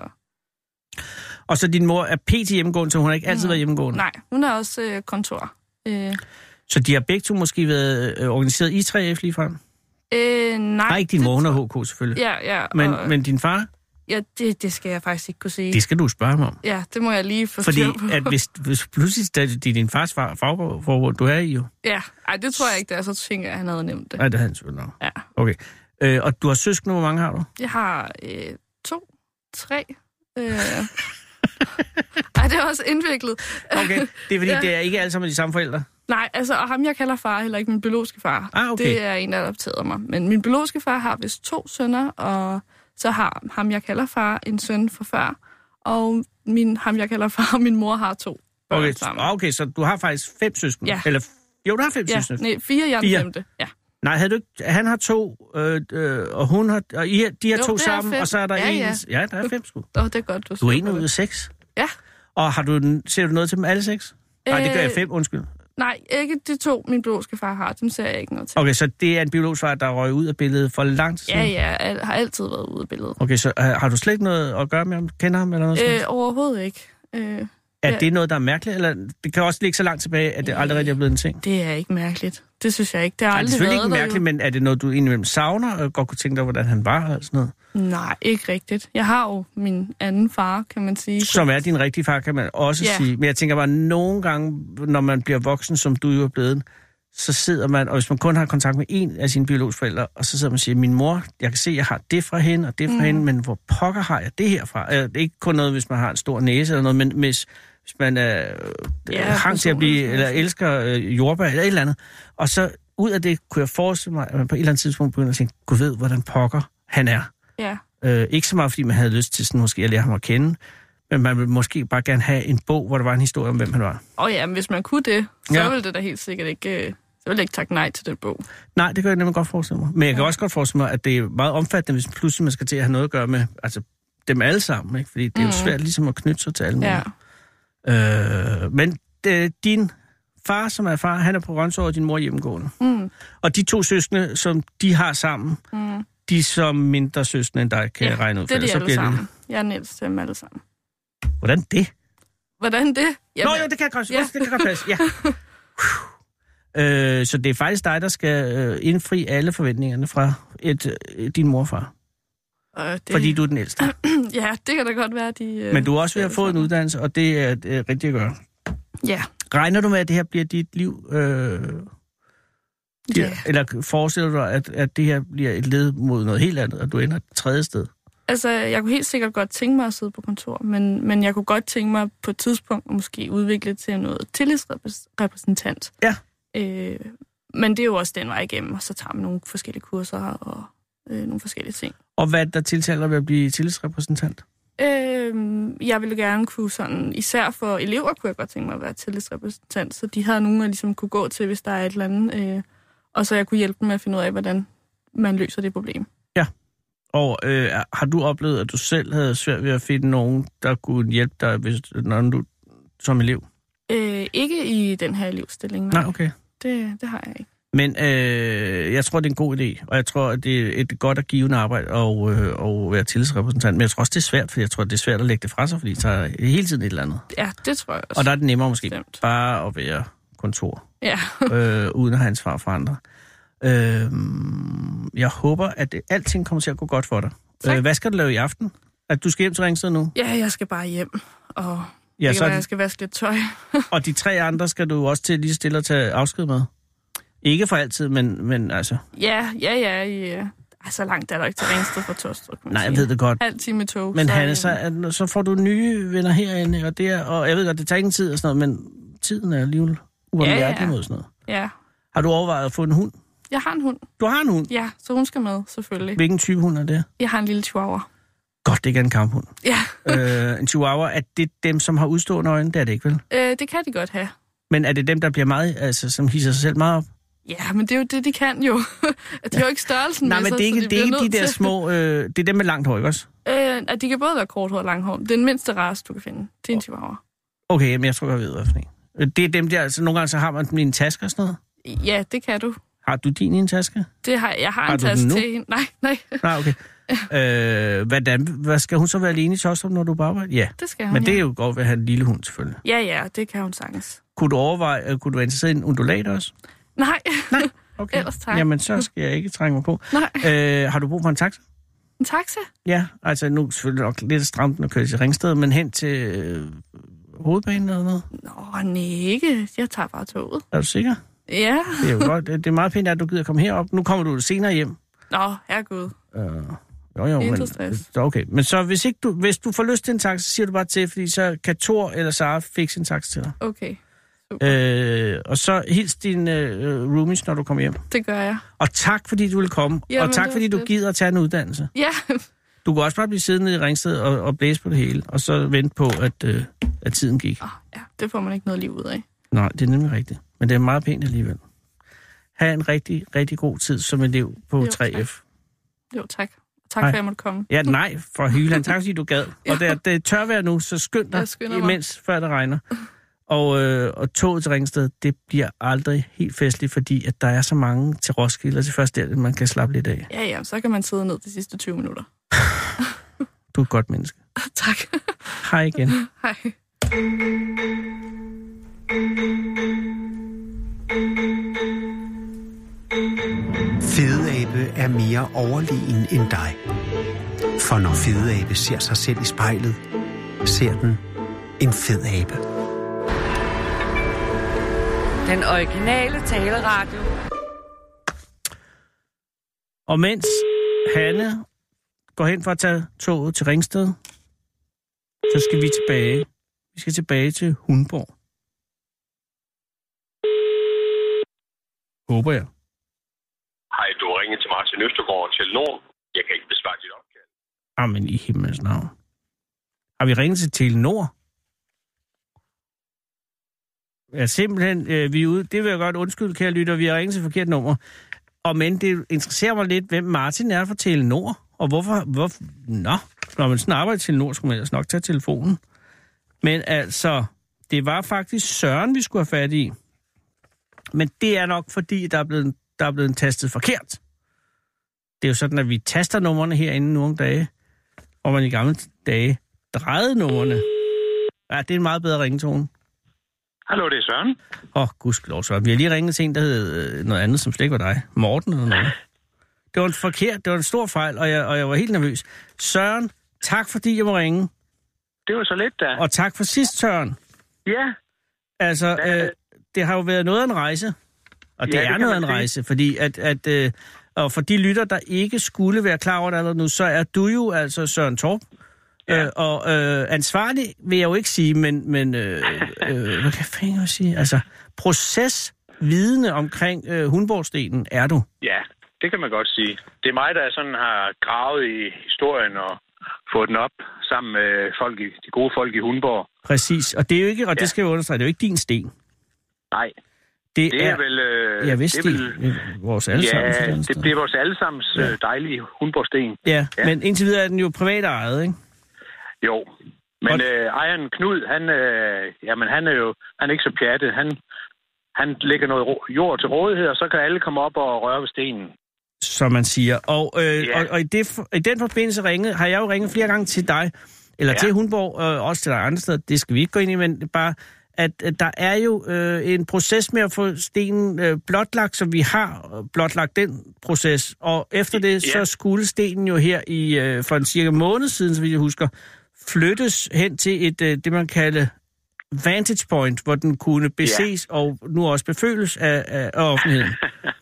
Og så din mor er pt. Hjemmegående, så hun har ikke altid mm. været hjemmegående? Nej, hun har også øh, kontor. Øh. Så de har begge to måske været øh, organiseret i tre F ligefrem? Øh, nej. Nej, ikke din mor, hun er H K selvfølgelig. Ja, ja. Men, og, men din far? Ja, det, det skal jeg faktisk ikke kunne sige. Det skal du spørge mig om. Ja, det må jeg lige få Fordi styr på. at hvis, hvis pludselig det er din fars fagforbund, du er i jo. Ja, ej, det tror jeg ikke, det er. Så tænker jeg, at han havde nævnt det. Nej, det havde han selvfølgelig nok. Ja. Okay. Øh, og du har søskende, hvor mange har du? Jeg har øh, to, tre. Øh. Ej, det er også indviklet. Okay, det er fordi, ja. det er ikke alle sammen de samme forældre? Nej, altså, og ham jeg kalder far, heller ikke min biologiske far. Ah, okay. Det er en, der adopterede mig. Men min biologiske far har vist to sønner, og så har ham jeg kalder far en søn fra før. Og min, ham jeg kalder far og min mor har to børn okay. sammen. Okay, så du har faktisk fem søskende? Ja. Eller, jo, du har fem ja, søskende? Nej, fire, jeg er den femte. Ja. Nej, havde du ikke, han har to, øh, øh, og hun har, og I, de har jo, to sammen, og så er der ja, en... Ja. ja, der er fem sgu. Åh, det er godt, du Du er en ud af seks? Ja. Og har du, ser du noget til dem alle seks? Øh, Nej, det gør jeg fem, undskyld. Nej, ikke de to, min biologiske far har. Dem ser jeg ikke noget til. Okay, så det er en biologisk far, der røg ud af billedet for lang tid siden? Ja, ja, jeg har altid været ude af billedet. Okay, så har du slet ikke noget at gøre med ham? Kender ham eller noget? Øh, overhovedet ikke. Øh, Er ja. det noget, der er mærkeligt, eller det kan også ligge så langt tilbage, at det aldrig rigtig er blevet en ting? Det er ikke mærkeligt. Det synes jeg ikke. Det har Nej, aldrig det er selvfølgelig været ikke der, mærkeligt, jo. men er det noget, du indimellem savner, og godt kunne tænke dig, hvordan han var, og sådan noget? Nej, ikke rigtigt. Jeg har jo min anden far, kan man sige. Som er din rigtige far, kan man også Ja. sige. Men jeg tænker bare, nogle gange, når man bliver voksen, som du jo er blevet, så sidder man, og hvis man kun har kontakt med en af sine biologiske forældre, og så sidder man og siger, min mor, jeg kan se, jeg har det fra hende, og det fra mm. hende, men hvor pokker har jeg det herfra? Det er ikke kun noget, hvis man har en stor næse eller noget, men hvis, hvis man er Ja, hang til at blive, personligt. eller elsker øh, jordbær eller et eller andet, og så ud af det kunne jeg forestille mig, at man på et eller andet tidspunkt begynder at tænke, gud ved, hvordan pokker han er. Ja. Øh, ikke så meget, fordi man havde lyst til sådan, måske at lære ham at kende, men man ville måske bare gerne have en bog, hvor der var en historie om, hvem han var. Og ja, men hvis man kunne det, så Ja. ville det da helt sikkert ikke... øh, Så ville jeg ikke takke nej til den bog. Nej, det kan jeg nemlig godt forestille mig. Men jeg kan Ja. også godt forestille mig, at det er meget omfattende, hvis pludselig man skal til at have noget at gøre med altså, dem alle sammen. Ikke? Fordi det er jo Mm. svært ligesom at knytte sig til alle Ja. mulige. Øh, men det, din far, som er far, han er på Rønså, og din mor er hjemmegående. Mm. Og de to søskende, som de har sammen, Mm. de er som mindre søskende end dig, kan Ja, jeg regne ud. det er for, de så alle bliver det- sammen. Jeg er den ældste af dem alle sammen. Hvordan det? Hvordan det? Nå jo, det kan godt, Ja. det kan godt passe. Ja. Øh, så det er faktisk dig, der skal øh, indfri alle forventningerne fra et, øh, din morfar. Og det, Fordi du er den ældste. Ja, det kan da godt være, de... øh, Men du er også ved at alle få en sammen. uddannelse, og det er øh, rigtigt at gøre. Ja. Regner du med, at det her bliver dit liv? Øh, Ja. ja. Eller forestiller du dig, at, at det her bliver et led mod noget helt andet, og du ender et tredje sted? Altså, jeg kunne helt sikkert godt tænke mig at sidde på kontor, men, men jeg kunne godt tænke mig på et tidspunkt at måske udvikle til noget tillidsrepræsentant. Ja. Øh, men det er jo også den vej igennem, og så tager man nogle forskellige kurser og øh, nogle forskellige ting. Og hvad der tiltaler ved at blive tillidsrepræsentant? Øh, jeg ville gerne kunne sådan, især for elever kunne jeg godt tænke mig at være tillidsrepræsentant, så de har nogen, jeg ligesom kunne gå til, hvis der er et eller andet, øh, og så jeg kunne hjælpe dem med at finde ud af, hvordan man løser det problem. Og øh, har du oplevet, at du selv havde svært ved at finde nogen, der kunne hjælpe dig, hvis, når du som elev? Øh, ikke i den her elevstilling, nej. Nej, okay. Det, det har jeg ikke. Men øh, jeg tror, det er en god idé, og jeg tror, at det er et godt og givende arbejde at, øh, at være tillidsrepræsentant. Men jeg tror også, det er svært, for jeg tror, det er svært at lægge det fra sig, fordi det tager hele tiden et eller andet. Ja, det tror jeg også. Og der er det nemmere måske Bestemt. bare at være kontor, Ja, øh, uden at have ansvar for andre. Øh, jeg håber, at det, alting kommer til at gå godt for dig. Tak. Øh, hvad skal du lave i aften? At du skal hjem til Ringsted nu? ja, jeg skal bare hjem, og Ja, det så kan er være, jeg det, skal vaske lidt tøj. og de tre andre skal du også til lige stille og tage afsked med? Ikke for altid, men, men altså... Ja, ja, ja. ja. Ej, så langt er der ikke til Ringsted fra Tostrup, kan man Nej, jeg sige. ved det godt. Halv time tog. Men så, Hanne, øhm, så, at, så får du nye venner herinde, og, det er, og jeg ved godt, det tager ingen tid og sådan noget, men tiden er alligevel uomhjertelig Ja, ja. mod sådan noget. Ja, Har du overvejet at få en hund? jeg har en hund. Du har en hund. Ja, så hun skal med, selvfølgelig. Hvilken type hund er det? Jeg har en lille chihuahua. Godt, det ikke er en kamphund. Ja, øh, en chihuahua, er det dem, som har udstående øjne? Det er det ikke, vel? øh, det kan de godt have. Men er det dem, der bliver meget, altså, som hisser sig selv meget op? Ja, men det er jo det, de kan jo. De har jo ikke størrelsen Nej, med men sig, det er ikke, så de det er bliver ikke de nødt der til- små... Øh, det er dem med langt hår, ikke også? Øh, at de kan både være korthåret og langhåret. Det er den mindste race, du kan finde. Det er en chihuahua. Okay, men jeg tror, jeg ved, hvad for en. Det er dem der, altså nogle gange så har man dem i en taske og sådan noget. Ja, det kan du. Har du din i en taske? Det har, jeg har, Har en du den taske nu? til hende. Nej, nej, Nej, okay. øh, hvordan, hvad skal hun så være alene i Tostrup, når du er på arbejde? Ja, det skal hun. men det er ja. jo godt ved at have en lille hund, selvfølgelig. Ja, ja, det kan hun sagtens. Kunne du overveje, øh, kunne du være interesseret i en undulat også? Nej, Nej, okay. Ellers tak. Jamen, så skal jeg ikke trænge mig på. nej. Øh, har du brug for en taxa? En taxa? Ja, altså nu er det selvfølgelig nok lidt stramt at køre til Ringsted, men hen til øh, hovedbanen eller noget? Nå, nej, ikke. Jeg tager bare toget. Er du sikker? Ja. Det er jo godt. Det er meget pænt, at du gider komme herop. Nu kommer du senere hjem. Nå, herregud. Øh, jo, jo, men, Intet stress. okay. Men så hvis, ikke du, hvis du får lyst til en taxa, så siger du bare til, fordi så kan Thor eller Sara fikse en taxa til dig. Okay, Øh, og så hils dine øh, roomies, når du kommer hjem. det gør jeg. Og tak, fordi du vil komme. Jamen, og tak, det var fordi du fedt. gider at tage en uddannelse. Ja, Du kan også bare blive siddende i Ringsted og, og blæse på det hele, og så vente på, at, øh, at tiden gik. oh, ja, det får man ikke noget liv ud af. Nej, det er nemlig rigtigt. Men det er meget pænt alligevel. Ha' en rigtig, rigtig god tid som elev på Jo, tre F. Jo, tak. Tak Hej. for, at jeg måtte komme. Ja, nej, for Hyland. Tak, fordi du gad. Og det er, det er tørvejr nu, så skynd dig, Jeg skynder mig. imens før det regner. Og, øh, og toget til Ringsted, det bliver aldrig helt festligt, fordi at der er så mange til Roskilde, og til først der, man kan slappe lidt af. Ja, ja, så kan man sidde ned de sidste tyve minutter. Du er et godt menneske. Tak. Hej igen. Hej. Fedeabe er mere overlegen end dig. For når fedeabe ser sig selv i spejlet, ser den en fed abe. Den originale taleradio. Og mens Hanne går hen for at tage toget til Ringsted, så skal vi tilbage. Vi skal tilbage til Hundborg. Håber jeg. Hej, du har ringet til Martin Østergaard til Nord. Jeg kan ikke besvare dit opkald. Jamen i himlens navn. Har vi ringet til Telenor? Ja, simpelthen, øh, vi er ude. Det vil jeg godt undskylde, kære lytter. Vi har ringet til forkert nummer. Og men det interesserer mig lidt, hvem Martin er fra Telenor. Og hvorfor... hvorfor nå, når man sådan arbejder i Telenor, skulle man ellers nok tage telefonen. Men altså, det var faktisk Søren, vi skulle have fat i. Men det er nok, fordi der er blevet, der er blevet tastet forkert. Det er jo sådan, at vi taster numrene herinde nogle dage, og man i gamle dage drejede numrene. Ja, det er en meget bedre ringetone. Hallo, det er Søren. Åh, oh, gudskelov, Søren. Vi har lige ringet til en, der hed noget andet, som slet ikke var dig. Morten eller noget. Det var en forkert, det var en stor fejl, og jeg, og jeg var helt nervøs. Søren, tak fordi jeg må ringe. Det var så lidt, da. Og tak for sidst, Søren. Ja. Altså, øh, det har jo været noget af en rejse. Og det ja, er det noget af en rejse, fordi at... at øh, og for de lytter, der ikke skulle være klar over det allerede nu, så er du jo altså Søren Torp. Ja. Øh, og øh, ansvarlig vil jeg jo ikke sige, men, men øh, øh, hvad kan jeg fanden sige? Altså, procesvidende omkring øh, Hundborgstenen er du. Ja, det kan man godt sige. Det er mig, der sådan har gravet i historien og fået den op sammen med folk i, de gode folk i Hundborg. Præcis, og det er jo ikke, og ja. det skal jeg understrege, det er jo ikke din sten. Nej. Det, det er, er vel... Øh, jeg vidste det. Er vel, vores allesammens. Ja, det, det er vores allesammens ja. dejlige Hundborgsten. Ja, ja, men indtil videre er den jo privat ejet, ikke? Jo, men øh, ejeren Knud, han, øh, jamen, han er jo han er ikke så pjattet. Han, han lægger noget jord til rådighed, og så kan alle komme op og røre ved stenen. Som man siger. Og, øh, ja. og, og i, det, i den forbindelse ringet, har jeg jo ringet flere gange til dig, eller ja. til Hundborg, øh, også til dig andre steder. Det skal vi ikke gå ind i, men bare... at der er jo øh, en proces med at få stenen øh, blotlagt, så vi har blotlagt den proces. Og efter det, ja. så skulle stenen jo her i øh, for en cirka måned siden, så vidt jeg husker, flyttes hen til et, øh, det man kalder vantage point, hvor den kunne beses ja. og nu også beføles af, af, af offentligheden.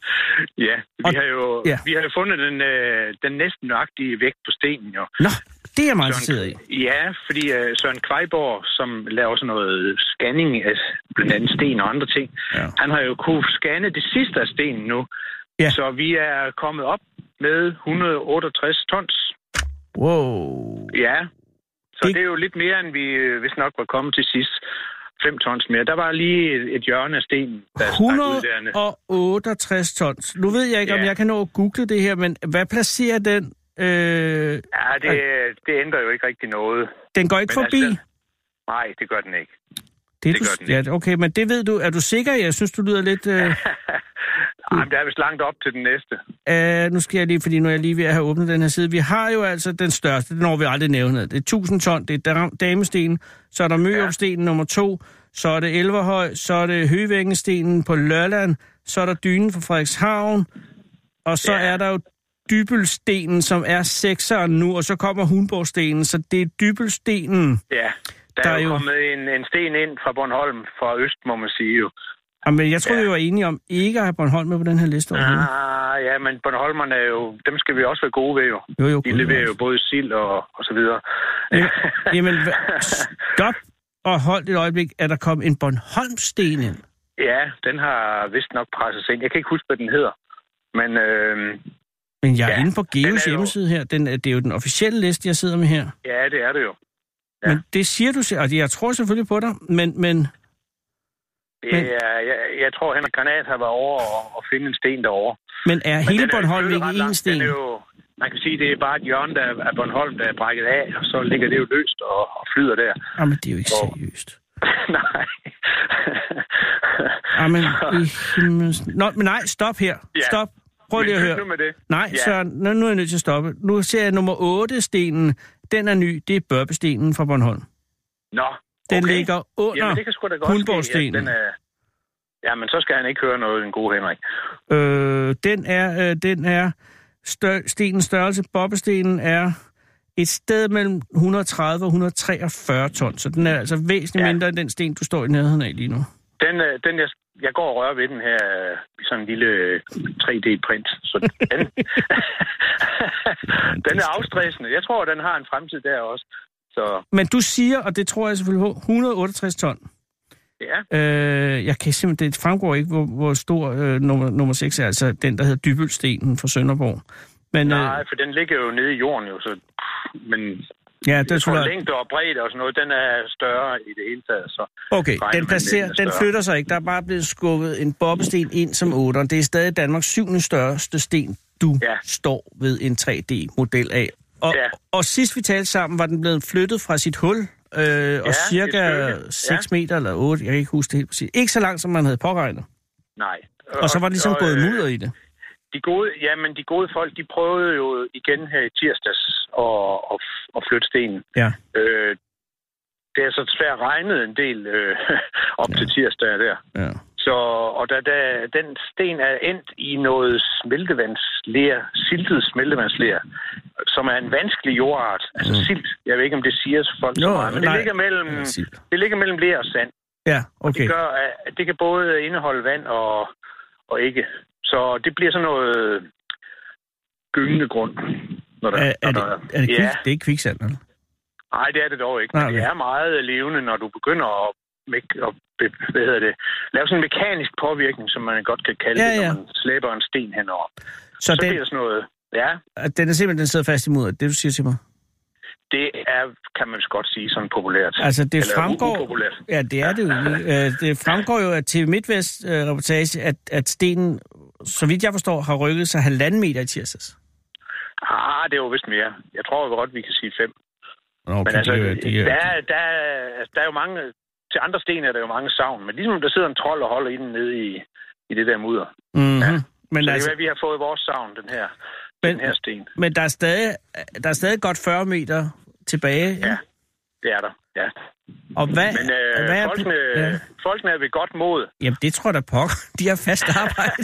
Ja, vi og, har jo ja. vi har jo fundet den, øh, den næsten nøjagtige vægt på stenen jo. Nå, det er jeg meget interesseret i. Ja, fordi øh, Søren Kvejborg, som laver sådan noget scanning af blandt andet sten og andre ting, ja. han har jo kunne scanne det sidste af stenen nu. Ja. Så vi er kommet op med et hundrede og otteogtres tons. Wow. Ja, så det, det er jo lidt mere, end vi hvis nok var kommet til sidst. Fem tons mere. Der var lige et hjørne af stenen, der et hundrede og otteogtres tons. Nu ved jeg ikke, ja. om jeg kan nå at google det her, men hvad placerer den? Øh... Ja, det, det ændrer jo ikke rigtig noget. Den går ikke men forbi? Altså, nej, det gør den ikke. Det, det du, gør den ikke. Ja, okay, men det ved du. Er du sikker? Jeg synes, du lyder lidt... Øh... Jamen, det er vist langt op til den næste. Uh, nu skal jeg lige, fordi nu er jeg lige ved at have åbnet den her side. Vi har jo altså den største, den når vi aldrig nævnet. Det er tusind ton, det er Damestenen, så er der Mørupstenen ja. nummer to, så er det Elverhøj, så er det Høvængestenen på Lolland, så er der Dynen fra Frederikshavn, og så ja. er der jo Dybølstenen, som er sekseren nu, og så kommer Hundborgstenen, så det er Dybølstenen. Ja, der, der er jo kommet en, en sten ind fra Bornholm, fra øst, må man sige jo. Jamen, jeg tror, ja. vi var enige om ikke at have Bornholm med på den her liste overhovedet. Ah, ja, men Bornholmerne er jo... Dem skal vi også være gode ved, jo. jo, jo De leverer jo både sild og, og så videre. Jamen, jamen, stop og hold et øjeblik. Er der kommet en Bornholmsten ind? Ja, den har vist nok presset sig ind. Jeg kan ikke huske, hvad den hedder. Men... Øh, men jeg er ja, inde på Geos jo... hjemmeside her. Den, det er jo den officielle liste, jeg sidder med her. Ja, det er det jo. Ja. Men det siger du... Og jeg tror selvfølgelig på dig, men... men Men, ja, jeg, jeg tror, Henrik Granat har været over og, og finde en sten derovre. Men er men hele Bornholm ikke en sten? Er jo, man kan sige, det er bare et hjørne der er Bornholm, der er brækket af, og så ligger det jo løst og, og flyder der. Jamen, det er jo ikke og... seriøst. Nej. Jamen, i... Nå, men nej, stop her. Ja. Stop. Prøv lige at høre. Med det. Nej, ja. Søren, nu, nu er jeg nødt til at stoppe. Nu ser jeg nummer otte stenen. Den er ny. Det er Børbestenen fra Bornholm. Nå. Den okay. ligger under Hundborgstenen. Den er... Ja, men så skal han ikke høre noget, den gode Henrik. Øh, den er, øh, den er stør- stenens størrelse, bobbestenen er et sted mellem et hundrede og tredive og et hundrede og treogfyrre ton, så den er altså væsentligt ja. mindre end den sten, du står i nærheden af lige nu. Den, den jeg, jeg går og rører ved den her i sådan en lille tre D-print, så den, den er afstressende. Jeg tror, den har en fremtid der også. Så. Men du siger, og det tror jeg selvfølgelig på, et hundrede og otteogtres ton. Ja. Øh, jeg kan simpelthen, det fremgår ikke, hvor, hvor stor øh, nummer, nummer seks er, altså den, der hedder Dybølstenen fra Sønderborg. Men, Nej, øh, for den ligger jo nede i jorden jo, så... Men ja, det jeg tror, jeg... længde og bredde og sådan noget, den er større i det hele taget, så... Okay, den, placerer, den, den flytter sig ikke. Der er bare blevet skubbet en bobbesten ind som otteren. Det er stadig Danmarks syvende største sten, du ja. står ved en tre D-model af. Og, ja. og sidst vi talte sammen, var den blevet flyttet fra sit hul, øh, og ja, cirka seks ja. meter eller otte, jeg kan ikke huske det helt præcis. Ikke så langt, som man havde påregnet. Nej. Og, og så var det ligesom og, gået øh, mudder i det. De gode, ja, men de gode folk, de prøvede jo igen her i tirsdags at, at, at flytte stenen. Ja. Øh, det er så svært regnet en del øh, op ja. til tirsdag der. Ja. Så, og da, da den sten er endt i noget smeltevandsler, siltet smeltevandsler, som er en vanskelig jordart. Altså mm. silt. Jeg ved ikke, om det siger så folk jo, så meget, men nej. det ligger mellem, ja, det ligger mellem ler og sand. Ja, okay. Og det gør, at det kan både indeholde vand og, og ikke. Så det bliver sådan noget gyngende grund. Når der, er, er, når det, der, er det, kvik, ja. det er ikke kviksand, eller? Nej, det er det dog ikke. Nej, men det er meget levende, når du begynder at, at hvad hedder det, lave sådan en mekanisk påvirkning, som man godt kan kalde ja, ja. det, når man slæber en sten henover. Så, så den, bliver sådan noget, ja. Den er simpelthen, den sidder fast i mudder, det du siger til mig? Det er, kan man godt sige, sådan populært. Altså det Eller fremgår, upopulært. ja, det er det jo. Det fremgår jo af T V MidtVest-reportage, at, at stenen, så vidt jeg forstår, har rykket sig halvanden meter i tirsdags. Ah, det er jo vist mere. Jeg tror jo godt, vi kan sige fem. Okay, men altså, det, det, der, er, der, er, der er jo mange, til andre sten er der jo mange savn, men ligesom der sidder en trold og holder i den nede i, i det der mudder. Mm-hmm. Ja. Men så altså, det er, at vi har fået vores savn, den her, men, den her sten. Men der er, stadig, der er stadig godt fyrre meter tilbage. Ja, ja det er der, ja. Og hvad, men øh, hvad er folkene, ja. folkene er ved godt mod. Jamen, det tror jeg da pokker. De har fast arbejde.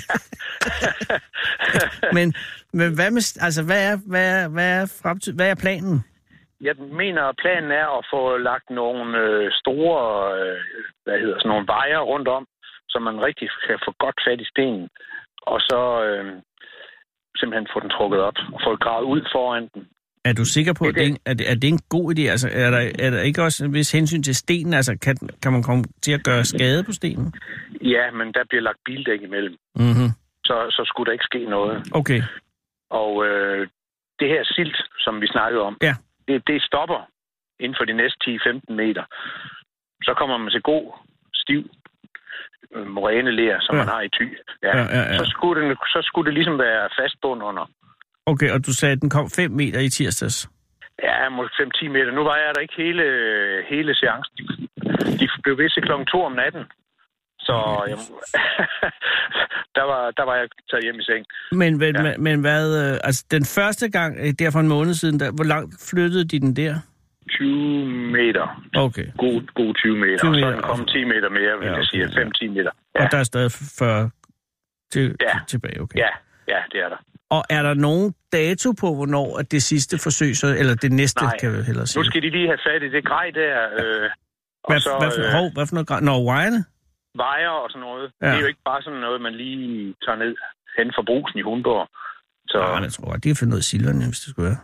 men, men hvad, med, altså, hvad, er, hvad, er, hvad, er fremtid, hvad er planen? Jeg mener, at planen er at få lagt nogle øh, store øh, hvad hedder, sådan nogle vejer rundt om, så man rigtig kan få godt fat i stenen. Og så øh, simpelthen få den trukket op og få det gravet ud foran den. Er du sikker på, det, at det, er, det, er det en god idé? Altså, er der, er der ikke også en vis hensyn til stenen? Altså, kan, kan man komme til at gøre skade på stenen? Ja, men der bliver lagt bildæk imellem. Mm-hmm. Så, så skulle der ikke ske noget. Okay. Og øh, det her silt, som vi snakkede om, ja. det, det stopper inden for de næste ti til femten meter. Så kommer man til god, stiv øh, moræneler, som ja. man har i Thy. Ja. Ja, ja, ja. Så, skulle det, så skulle det ligesom være fast bund under. Okay, og du sagde, at den kom fem meter i tirsdags? Ja, måske fem til ti meter. Nu var jeg der ikke hele, hele seancen. De, de blev ved til klokken to om natten. Så jeg, der, var, der var jeg taget hjem i seng. Men, men, ja. men hvad, altså den første gang, der for en måned siden, der, hvor langt flyttede de den der? tyve meter. Okay. God, god tyve meter. tyve meter. Og så er den kommet ti meter mere, vil ja, okay. jeg sige. fem til ti meter. Ja. Og der er stadig fyrre til, ja. tilbage, okay. Ja, ja, det er der. Og er der nogen dato på, hvornår at det sidste forsøg, så, eller det næste, nej, kan vi hellere sige? Nu skal de lige have fat i det grej der. Øh, hvad, og så, hvad, for, øh, hov, hvad for noget grej? Nå, vejerne? Vejer og sådan noget. Ja. Det er jo ikke bare sådan noget, man lige tager ned hen for brusen i Hundborg. Så... Nej, jeg tror godt, de har fundet noget silverne, hvis det skulle være.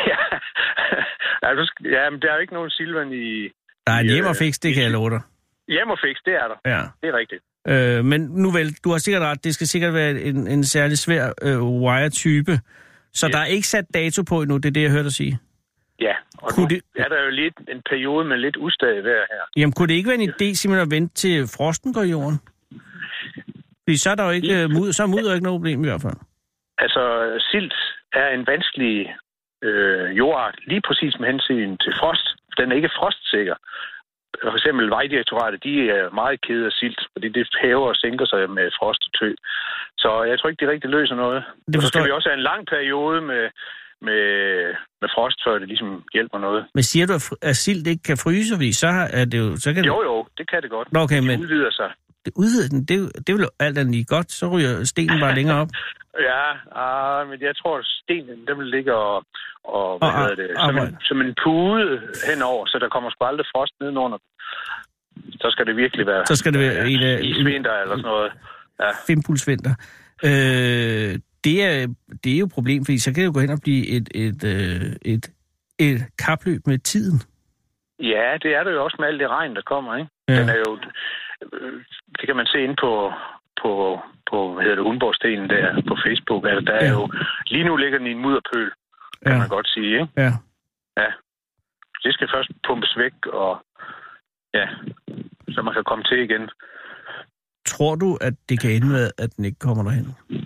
ja, men der er jo ikke nogen silverne i... Der er en hjem og fix, det kan jeg love dig. Hjem og fix, det er der. Ja. Det er rigtigt. Øh, men nu vel, du har sikkert ret, det skal sikkert være en, en særlig svær øh, wire-type. Så ja. Der er ikke sat dato på endnu, det er det, jeg hørte dig sige. Ja, og kunne nu det... er der jo lidt en periode med lidt ustadig vejr her. Jamen, kunne det ikke være en idé simpelthen at vente til frosten går i jorden? Fordi så er der jo ikke, ja. mud, så er mudder ikke noget problem i hvert fald. Altså, silt er en vanskelig øh, jordart, lige præcis med hensyn til frost. Den er ikke frostsikker. For eksempel Vejdirektoratet, de er meget kede af silt, fordi det hæver og sænker sig med frost og tø. Så jeg tror ikke, de rigtig løser noget. Det så skal vi også have en lang periode med, med, med frost, før det ligesom hjælper noget. Men siger du, at sild ikke kan fryse? Fordi så er det jo... Så kan jo, det... jo, det kan det godt. Nå, okay, det men... udvider sig. Det udvider den, det, det er jo alt andet lige godt. Så ryger stenen bare længere op. Ja, ah, men jeg tror, at stenen, den vil ligge og... og hvad og, hedder det? Som, en, som en pude henover, så der kommer sgu aldrig frost nedenunder. Så skal det virkelig være... Så skal det være en af... isvinter eller sådan noget. Ja. Fimpulsvinter. Øh, det, er, det er jo et problem, fordi så kan det jo gå hen og blive et, et, et, et, et kapløb med tiden. Ja, det er det jo også med alt det regn, der kommer, ikke? Ja. Den er jo... Det kan man se inde på... på, på hvad hedder det, Hundborgstenen der på Facebook. Altså, der er ja. jo... Lige nu ligger den i en mudderpøl, kan ja. man godt sige, ikke? Ja. Ja. Det skal først pumpes væk, og... Ja, så man kan komme til igen. Tror du, at det kan ende med, at den ikke kommer derhen?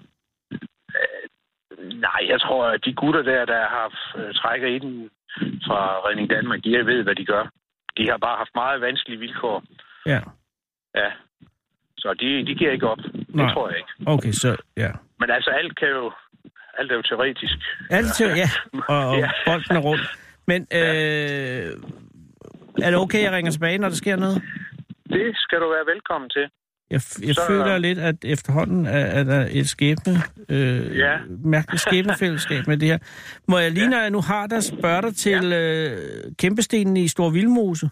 Øh, nej, jeg tror, at de gutter der, der har øh, trækker i den fra Redning Danmark, de ved, hvad de gør. De har bare haft meget vanskelige vilkår. Ja. Ja. Så de, de giver ikke op. Nej. Det tror jeg ikke. Okay, så ja. Men altså, alt kan jo... Alt er jo teoretisk. Alt er teoretisk, ja. Og, og ja. bolden er rundt. Men øh, ja. er det okay, at jeg ringer tilbage, når der sker noget? Det skal du være velkommen til. Jeg, jeg så, føler lidt, at efterhånden er, er der et skæbne, øh, ja. mærkeligt skæbnefællesskab med det her. Må jeg lige, ja. når jeg nu har dig, spørge dig til ja. øh, kæmpestenen i Store Vildmose?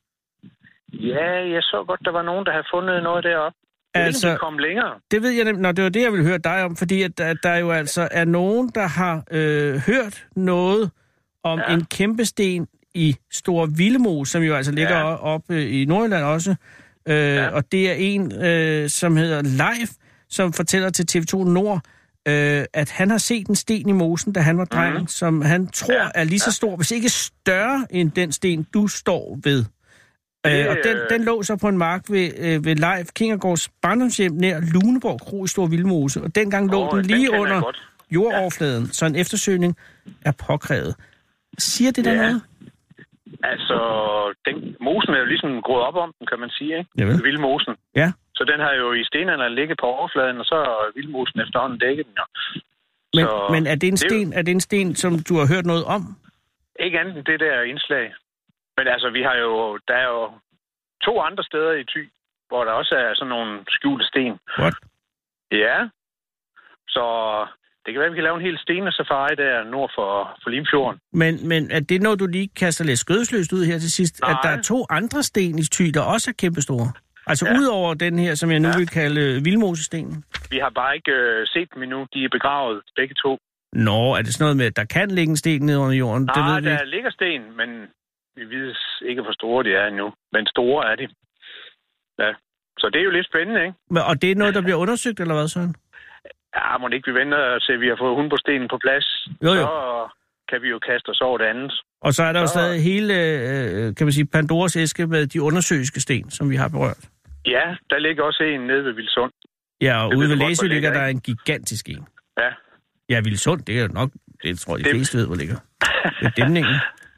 Ja, jeg så godt, der var nogen, der havde fundet noget deroppe. Altså, det kom længere. Det ved jeg nemlig. Nå, det var det, jeg ville høre dig om, fordi at, at der jo altså er nogen, der har øh, hørt noget om ja. en kæmpesten i Store Vildmose, som jo altså ligger ja. oppe i Nordjylland også. Øh, ja. Og det er en, øh, som hedder Leif, som fortæller til T V to Nord, øh, at han har set en sten i mosen, da han var dreng, mm-hmm. som han tror ja. er lige så stor, ja. hvis ikke større end den sten, du står ved. Øh, og den, den lå så på en mark ved, øh, ved Leif Kingergaards barndomshjem nær Luneborg Kro i Store Vildmose. Og dengang lå oh, den lige den under jordoverfladen, ja. så en eftersøgning er påkrævet. Siger det der ja. noget? Altså, den, mosen er jo ligesom gået op om den, kan man sige, ikke? Javel. Vildmosen. Ja. Så den har jo i stenerne ligget på overfladen, og så er Vildmosen efterhånden dækket den jo. Men, så, men er, det en det sten, er det en sten, som du har hørt noget om? Ikke andet end det der indslag. Men altså, vi har jo, der er jo to andre steder i Thy, hvor der også er sådan nogle skjulte sten. What? Ja. Så det kan være, vi kan lave en hel stenesafari der nord for, for Limfjorden. Men, men er det noget, du lige kaster lidt skødesløst ud her til sidst? Nej. At der er to andre sten i Thy, der også er kæmpestore? Altså ja. udover den her, som jeg nu ja. vil kalde Vildmosestenen? Vi har bare ikke øh, set dem endnu. De er begravet, begge to. Nå, er det sådan noget med, at der kan ligge en sten nede under jorden? Nej, det ved der vi. ligger sten, men vi ved ikke, hvor store de er endnu. Men store er de. Ja. Så det er jo lidt spændende, ikke? Men, og det er noget, der bliver undersøgt, eller hvad, Søren? Ja, må det ikke vi venter til, vi har fået Hundborgstenen på plads. Jo, jo. Så kan vi jo kaste os over det andet. Og så er der så... jo stadig hele, øh, kan man sige, Pandoras æske med de undersøiske sten, som vi har berørt. Ja, der ligger også en nede ved Vildsund. Ja, og det ude ved Læsø ligger der en gigantisk en. Ja. Ja, Vildsund, det er jo nok, det tror jeg, de det... fleste ved, hvor ligger. Det er dæmningen.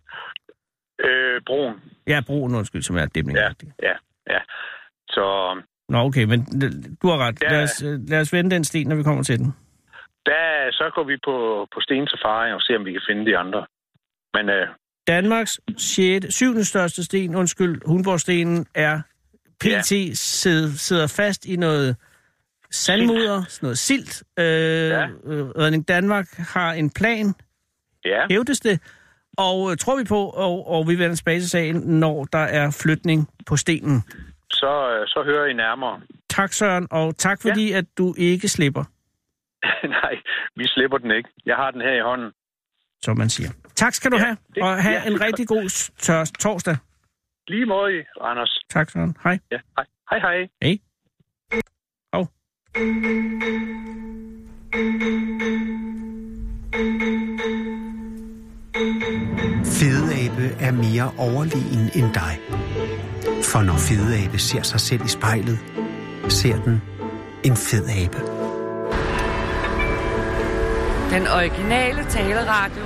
øh, broen. Ja, broen, undskyld, som er dæmningen. Ja, ja, ja. Så... Nå, okay, men du har ret. Ja. Lad, os, lad os vende den sten, når vi kommer til den. Der, så går vi på, på stensafari og ser, om vi kan finde de andre. Men, øh... Danmarks sjette, syvende største sten, undskyld, Hundborgstenen, er P T ja. sidder, sidder fast i noget sandmudder, sådan noget silt. Øh, ja. Redning Danmark har en plan, ja. hævdes det, og øh, tror vi på, og, og vi vender tilbage til sagen, når der er flytning på stenen. Så, så hører I nærmere. Tak, Søren, og tak fordi, ja. at du ikke slipper. Nej, vi slipper den ikke. Jeg har den her i hånden. Som man siger. Tak skal du ja, have, det, og have ja, en rigtig god tør, torsdag. Lige måde, Anders. Tak, Søren. Hej. Ja, hej. Hej, hej. Hej. Hov. Fedeabe er mere overlegen end dig. For når Fedeabe ser sig selv i spejlet, ser den en fed abe. Den originale taleradio.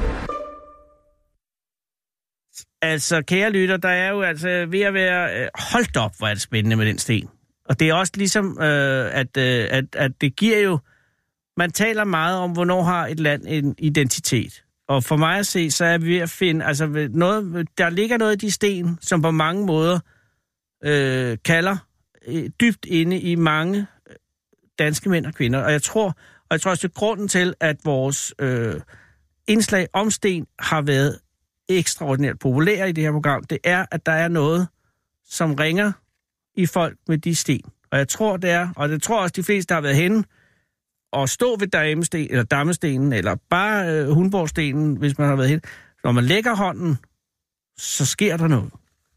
Altså, kære lytter, der er jo altså ved at være... Øh, holdt op, hvor er det spændende med den sten. Og det er også ligesom, øh, at, øh, at, at det giver jo... Man taler meget om, hvornår har et land en identitet. Og for mig at se, så er vi ved at finde, altså noget, der ligger noget i de sten, som på mange måder øh, kalder øh, dybt inde i mange danske mænd og kvinder. Og jeg tror, og jeg tror også, det er grunden til, at vores øh, indslag om sten har været ekstraordinært populære i det her program, det er, at der er noget, som ringer i folk med de sten. Og jeg tror, det er, og jeg tror også, de fleste, der har været henne og stå ved damesten, eller dammestenen, eller bare øh, hundborgstenen, hvis man har været henne. Når man lægger hånden, så sker der noget.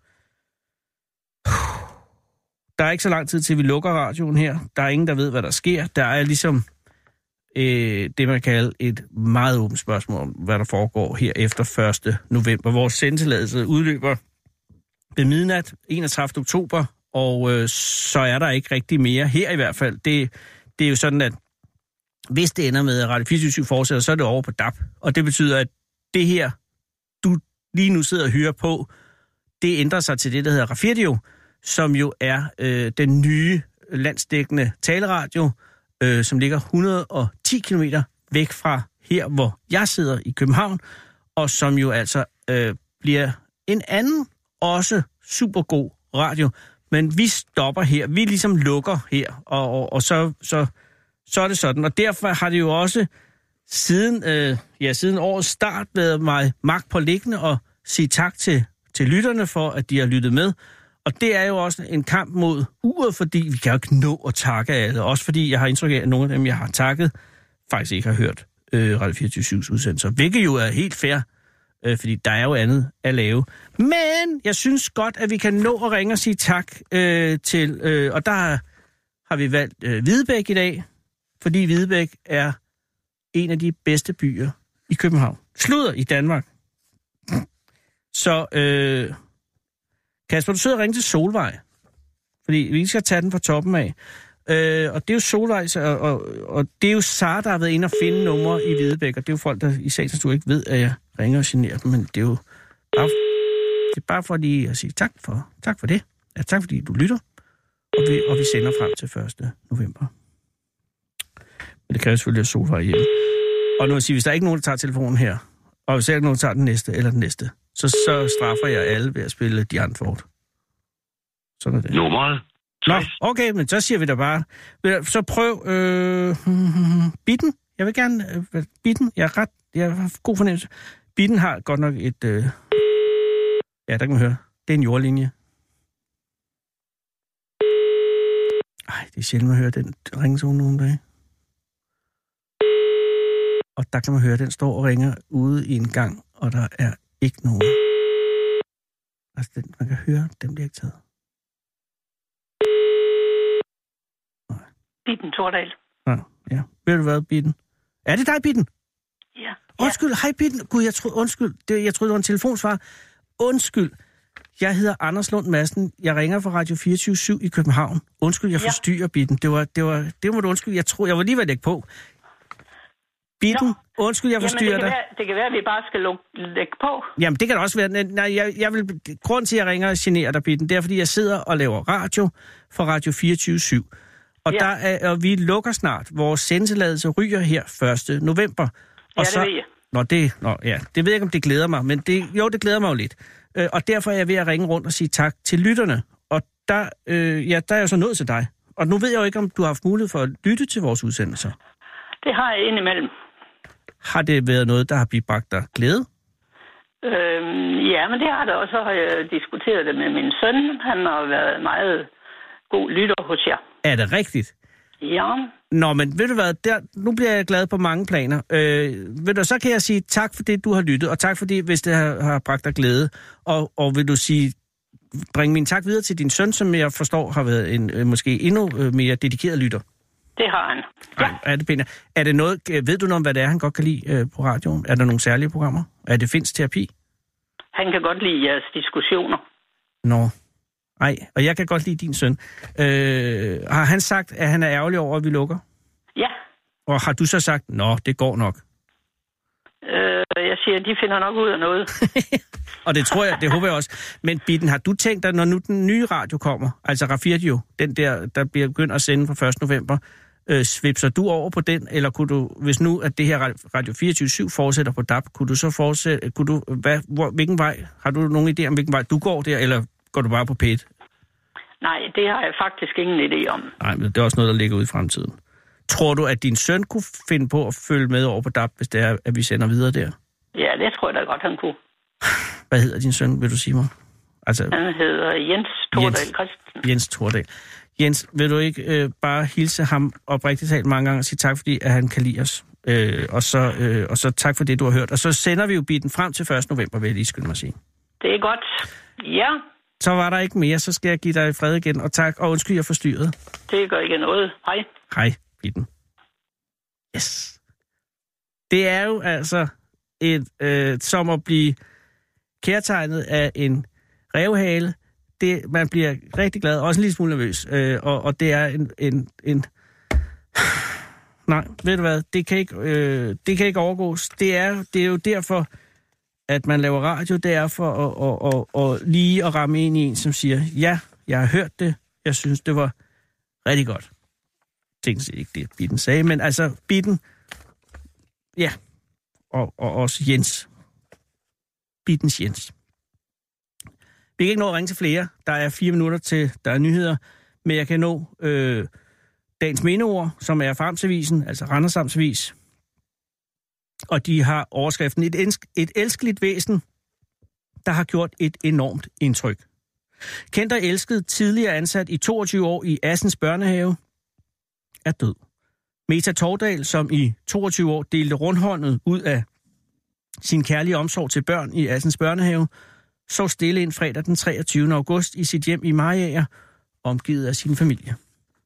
Der er ikke så lang tid til, vi lukker radioen her. Der er ingen, der ved, hvad der sker. Der er ligesom øh, det, man kalder et meget åbent spørgsmål om, hvad der foregår her efter første november. Vores sendetilladelse udløber ved midnat, enogtredivte oktober, og øh, så er der ikke rigtig mere her i hvert fald. Det, det er jo sådan, at hvis det ender med, at Radio fireogtyve syv fortsætter, så er det over på D A B. Og det betyder, at det her, du lige nu sidder og hører på, det ændrer sig til det, der hedder Radio, som jo er øh, den nye landsdækkende taleradio, øh, som ligger et hundrede og ti kilometer væk fra her, hvor jeg sidder i København, og som jo altså øh, bliver en anden, også super god radio. Men vi stopper her, vi ligesom lukker her, og, og, og så, så, så er det sådan. Og derfor har det jo også siden, øh, ja, siden årets start været mig magt på liggende og sige tak til, til lytterne for, at de har lyttet med. Og det er jo også en kamp mod uret, fordi vi kan jo ikke nå at takke alle. Også fordi jeg har indtryk af, at nogle af dem, jeg har takket, faktisk ikke har hørt øh, Radio fireogtyve syv's udsendelser. Hvilket jo er helt fair, øh, fordi der er jo andet at lave. Men jeg synes godt, at vi kan nå at ringe og sige tak øh, til... Øh, og der har vi valgt øh, Hvidebæk i dag, fordi Hvidebæk er en af de bedste byer i København. Sludder i Danmark. Så... Øh, Kasper, du sidder og ringer til Solvej, fordi vi skal tage den fra toppen af. Øh, og det er jo Solvej, og, og, og det er jo Sara, der har været inde og finde numre i Hvidebæk, og det er jo folk, der i sagens natur ikke ved, at jeg ringer og generer dem, men det er jo bare, det er bare for lige at sige tak for, tak for det. Ja, tak fordi du lytter, og vi, og vi sender frem til første november. Men det kræver selvfølgelig, at Solvej er hjemme. Og nu vil jeg sige, hvis der er ikke nogen, der tager telefonen her, og hvis der er ikke nogen, der tager den næste eller den næste, Så, så straffer jeg alle ved at spille de Antwoord. Sådan er det. Nummeret. Nå, okay, men så siger vi da bare. Så prøv øh, Bitten. Jeg vil gerne... Øh, Bitten, jeg er ret... Jeg har god fornemmelse. Bitten har godt nok et... Øh, ja, der kan man høre. Det er en jordlinje. Ej, det er sjældent at høre den ringetone nogle dage. Og der kan man høre, at den står og ringer ude i en gang, og der er ikke nogen. Altså, den, man kan høre, den bliver ikke taget. Nej. Bitten Tordal. Ja, ja. Ved du hvad, Bitten? Er det dig, Bitten? Ja. Undskyld, hej Bitten. Gud, jeg troede, undskyld. Det, jeg troede, det var en telefonsvar. Undskyld. Jeg hedder Anders Lund Madsen. Jeg ringer fra Radio fireogtyve syv i København. Undskyld, jeg forstyrrer, Bitten. Det var, det var, det var du undskyld. Jeg tror, jeg var lige ved at lægge på. Bitten, Nå. undskyld, jeg forstyrrer Jamen, det dig. Være, det kan være, at vi bare skal lukke, lægge på. Jamen, det kan det også være. Nej, jeg, jeg vil, grunden til, at jeg ringer og generer dig, Bitten, det er, fordi jeg sidder og laver radio for Radio fireogtyve syv. Og, ja. der er, og vi lukker snart. Vores sendetilladelse ryger her første november. Og ja, så, det ved jeg. Nå, det, nå, ja, det ved jeg ikke, om det glæder mig, men det, jo, det glæder mig jo lidt. Øh, og derfor er jeg ved at ringe rundt og sige tak til lytterne. Og der, øh, ja, der er jo så nået til dig. Og nu ved jeg jo ikke, om du har haft mulighed for at lytte til vores udsendelser. Det har jeg indimellem. Har det været noget, der har bibragt dig glæde? Øhm, ja, men det har det også. Så har jeg diskuteret det med min søn. Han har været meget god lytter hos jer. Er det rigtigt? Ja. Nå, men ved du hvad, der, nu bliver jeg glad på mange planer. Øh, ved du, så kan jeg sige tak for det, du har lyttet, og tak for det, hvis det har, har bragt dig glæde. Og, og vil du sige, bring min tak videre til din søn, som jeg forstår har været en øh, måske endnu øh, mere dedikeret lytter. Det har han. Ja. Ej, er det pænt? Er det noget, ved du noget om, hvad det er, han godt kan lide øh, på radioen? Er der nogle særlige programmer? Er det Finns terapi? Han kan godt lide jeres diskussioner. Nå. Ej, og jeg kan godt lide din søn. Øh, har han sagt, at han er ærgerlig over, at vi lukker? Ja. Og har du så sagt, nå, det går nok? Øh, jeg siger, de finder nok ud af noget. Og det tror jeg, det håber jeg også. Men Bitten, har du tænkt dig, når nu den nye radio kommer, altså Radio, den der, der bliver begyndt at sende fra første november, Øh, svipser du over på den, eller kunne du, hvis nu at det her Radio fireogtyve syv fortsætter på D A B, kunne du så fortsætte, kunne du, hvad, hvor, hvilken vej, har du nogen idé om, hvilken vej du går der, eller går du bare på P et? Nej, det har jeg faktisk ingen idé om. Nej, men det er også noget, der ligger ude i fremtiden. Tror du, at din søn kunne finde på at følge med over på D A B, hvis det er, at vi sender videre der? Ja, det tror jeg da godt, han kunne. Hvad hedder din søn, vil du sige mig? Altså, han hedder Jens Tordal Christensen. Jens Tordal. Jens, vil du ikke øh, bare hilse ham oprigtigt talt mange gange og sige tak, fordi at han kan lide os? Øh, og, så, øh, og så tak for det, du har hørt. Og så sender vi jo biten frem til første november, vil jeg lige skynde mig sige. Det er godt. Ja. Så var der ikke mere, så skal jeg give dig fred igen. Og tak, og undskyld, jeg forstyrrede. Det gør ikke noget. Hej. Hej, biten. Yes. Det er jo altså et, øh, som at blive kærtegnet af en rævehale. Det, man bliver rigtig glad, også en lille smule nervøs, øh, og, og det er en, en, en... Nej, ved du hvad, det kan ikke, øh, det kan ikke overgås. Det er, det er jo derfor, at man laver radio, det er for at, at, at, at lige at ramme ind i en, som siger, ja, jeg har hørt det, jeg synes, det var rigtig godt. Tænk sig ikke det, Bitten sagde, men altså, Bitten, ja, og, og også Jens. Bittens Jens. Vi kan ikke nå at ringe til flere. Der er fire minutter til, der er nyheder. Men jeg kan nå øh, dagens mindeord, som er fra Amtsavisen, altså Randers Amtsavis. Og de har overskriften et, elsk, et elskeligt væsen, der har gjort et enormt indtryk. Kendt og elsket, tidligere ansat i toogtyve år i Assens børnehave, er død. Meta Tordal, som i toogtyve år delte rundhåndet ud af sin kærlige omsorg til børn i Assens børnehave, så stille en fredag den treogtyvende august i sit hjem i Mariager, omgivet af sin familie.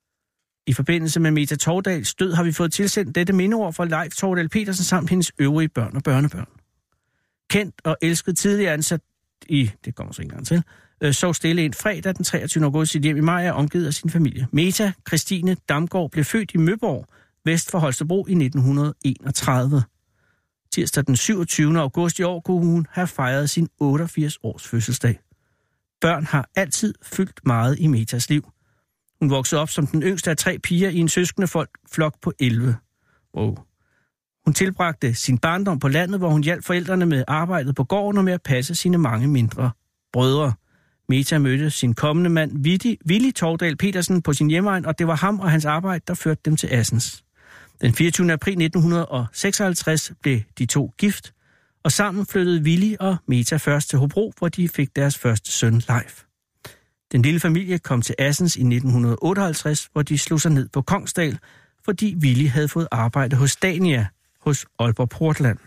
I forbindelse med Meta Tordals død har vi fået tilsendt dette mindeord fra Leif Tordal Petersen samt hendes øvrige børn og børnebørn. Kendt og elsket tidligere ansat i, det kommer så en gang til, så stille en fredag den treogtyvende august i sit hjem i Mariager, omgivet af sin familie. Meta Christine Damgaard blev født i Møborg, vest for Holstebro i nitten enogtredive. Tirsdag den syvogtyvende august i år kunne hun have fejret sin otteogfirs års fødselsdag. Børn har altid fyldt meget i Metas liv. Hun voksede op som den yngste af tre piger i en søskende flok på elleve. Wow. Hun tilbragte sin barndom på landet, hvor hun hjalp forældrene med arbejdet på gården og med at passe sine mange mindre brødre. Meta mødte sin kommende mand, Willy Tordal Petersen, på sin hjemegn, og det var ham og hans arbejde, der førte dem til Assens. Den fireogtyvende april nitten seksoghalvtreds blev de to gift, og sammen flyttede Willy og Meta først til Hobro, hvor de fik deres første søn Leif. Den lille familie kom til Assens i nitten otteoghalvtreds, hvor de slog sig ned på Kongsdal, fordi Willy havde fået arbejde hos Dania hos Aalborg Portland.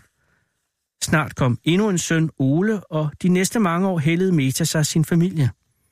Snart kom endnu en søn, Ole, og de næste mange år hældede Meta sig sin familie.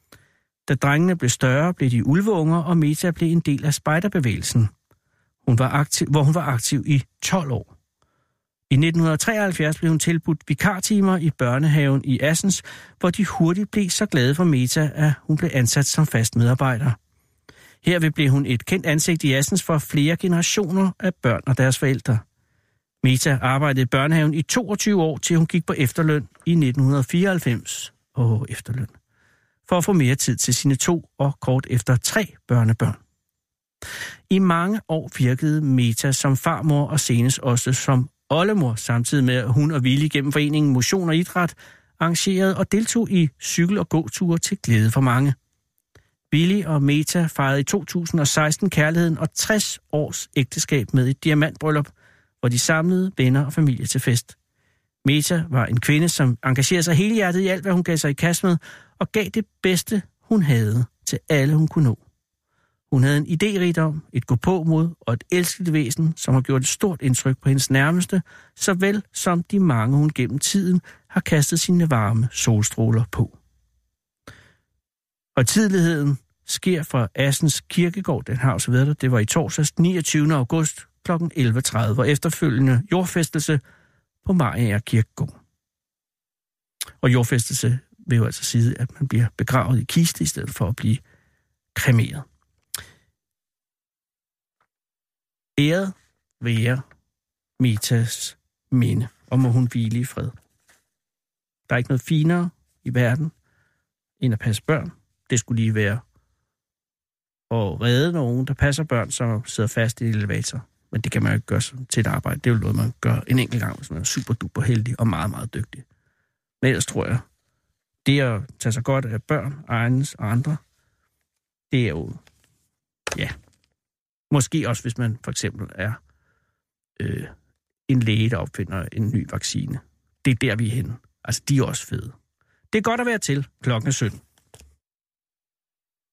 Da drengene blev større, blev de ulveunger, og Meta blev en del af spejderbevægelsen. Hun var aktiv, hvor hun var aktiv i tolv år. I nitten treoghalvfjerds blev hun tilbudt vikartimer i børnehaven i Assens, hvor de hurtigt blev så glade for Meta, at hun blev ansat som fast medarbejder. Herved blev hun et kendt ansigt i Assens for flere generationer af børn og deres forældre. Meta arbejdede i børnehaven i toogtyve år, til hun gik på efterløn i nitten fireoghalvfems. Åh, efterløn. For at få mere tid til sine to og kort efter tre børnebørn. I mange år virkede Meta som farmor og senest også som oldemor, samtidig med at hun og Willy gennem foreningen Motion og Idræt arrangerede og deltog i cykel- og gåture til glæde for mange. Willy og Meta fejrede i to tusind og seksten kærligheden og tres års ægteskab med et diamantbryllup, hvor de samlede venner og familie til fest. Meta var en kvinde, som engagerede sig helhjertet i alt, hvad hun gav sig i kast med, og gav det bedste, hun havde, til alle, hun kunne nå. Hun havde en idérigdom, et gåpåmod og et elskeligt væsen, som har gjort et stort indtryk på hendes nærmeste, såvel som de mange, hun gennem tiden har kastet sine varme solstråler på. Og tidligheden sker fra Assens Kirkegård, den har også været der, det var i torsdags niogtyvende august kl. elleve tredive, og efterfølgende jordfæstelse på Mariager Kirkegård. Og jordfæstelse vil jo altså sige, at man bliver begravet i kiste, i stedet for at blive kremeret. Æret være Metas minde, og må hun hvile i fred. Der er ikke noget finere i verden, end at passe børn. Det skulle lige være at redde nogen, der passer børn, som sidder fast i en elevator. Men det kan man jo ikke gøre til et arbejde. Det er jo noget, man gør en enkelt gang, hvis man er super duper heldig og meget, meget dygtig. Men ellers tror jeg, det at tage sig godt af børn, egens og andre, det er jo, ja, måske også, hvis man for eksempel er øh, en læge, der opfinder en ny vaccine. Det er der, vi er henne. Altså, de er også fede. Det er godt at være til klokken sytten.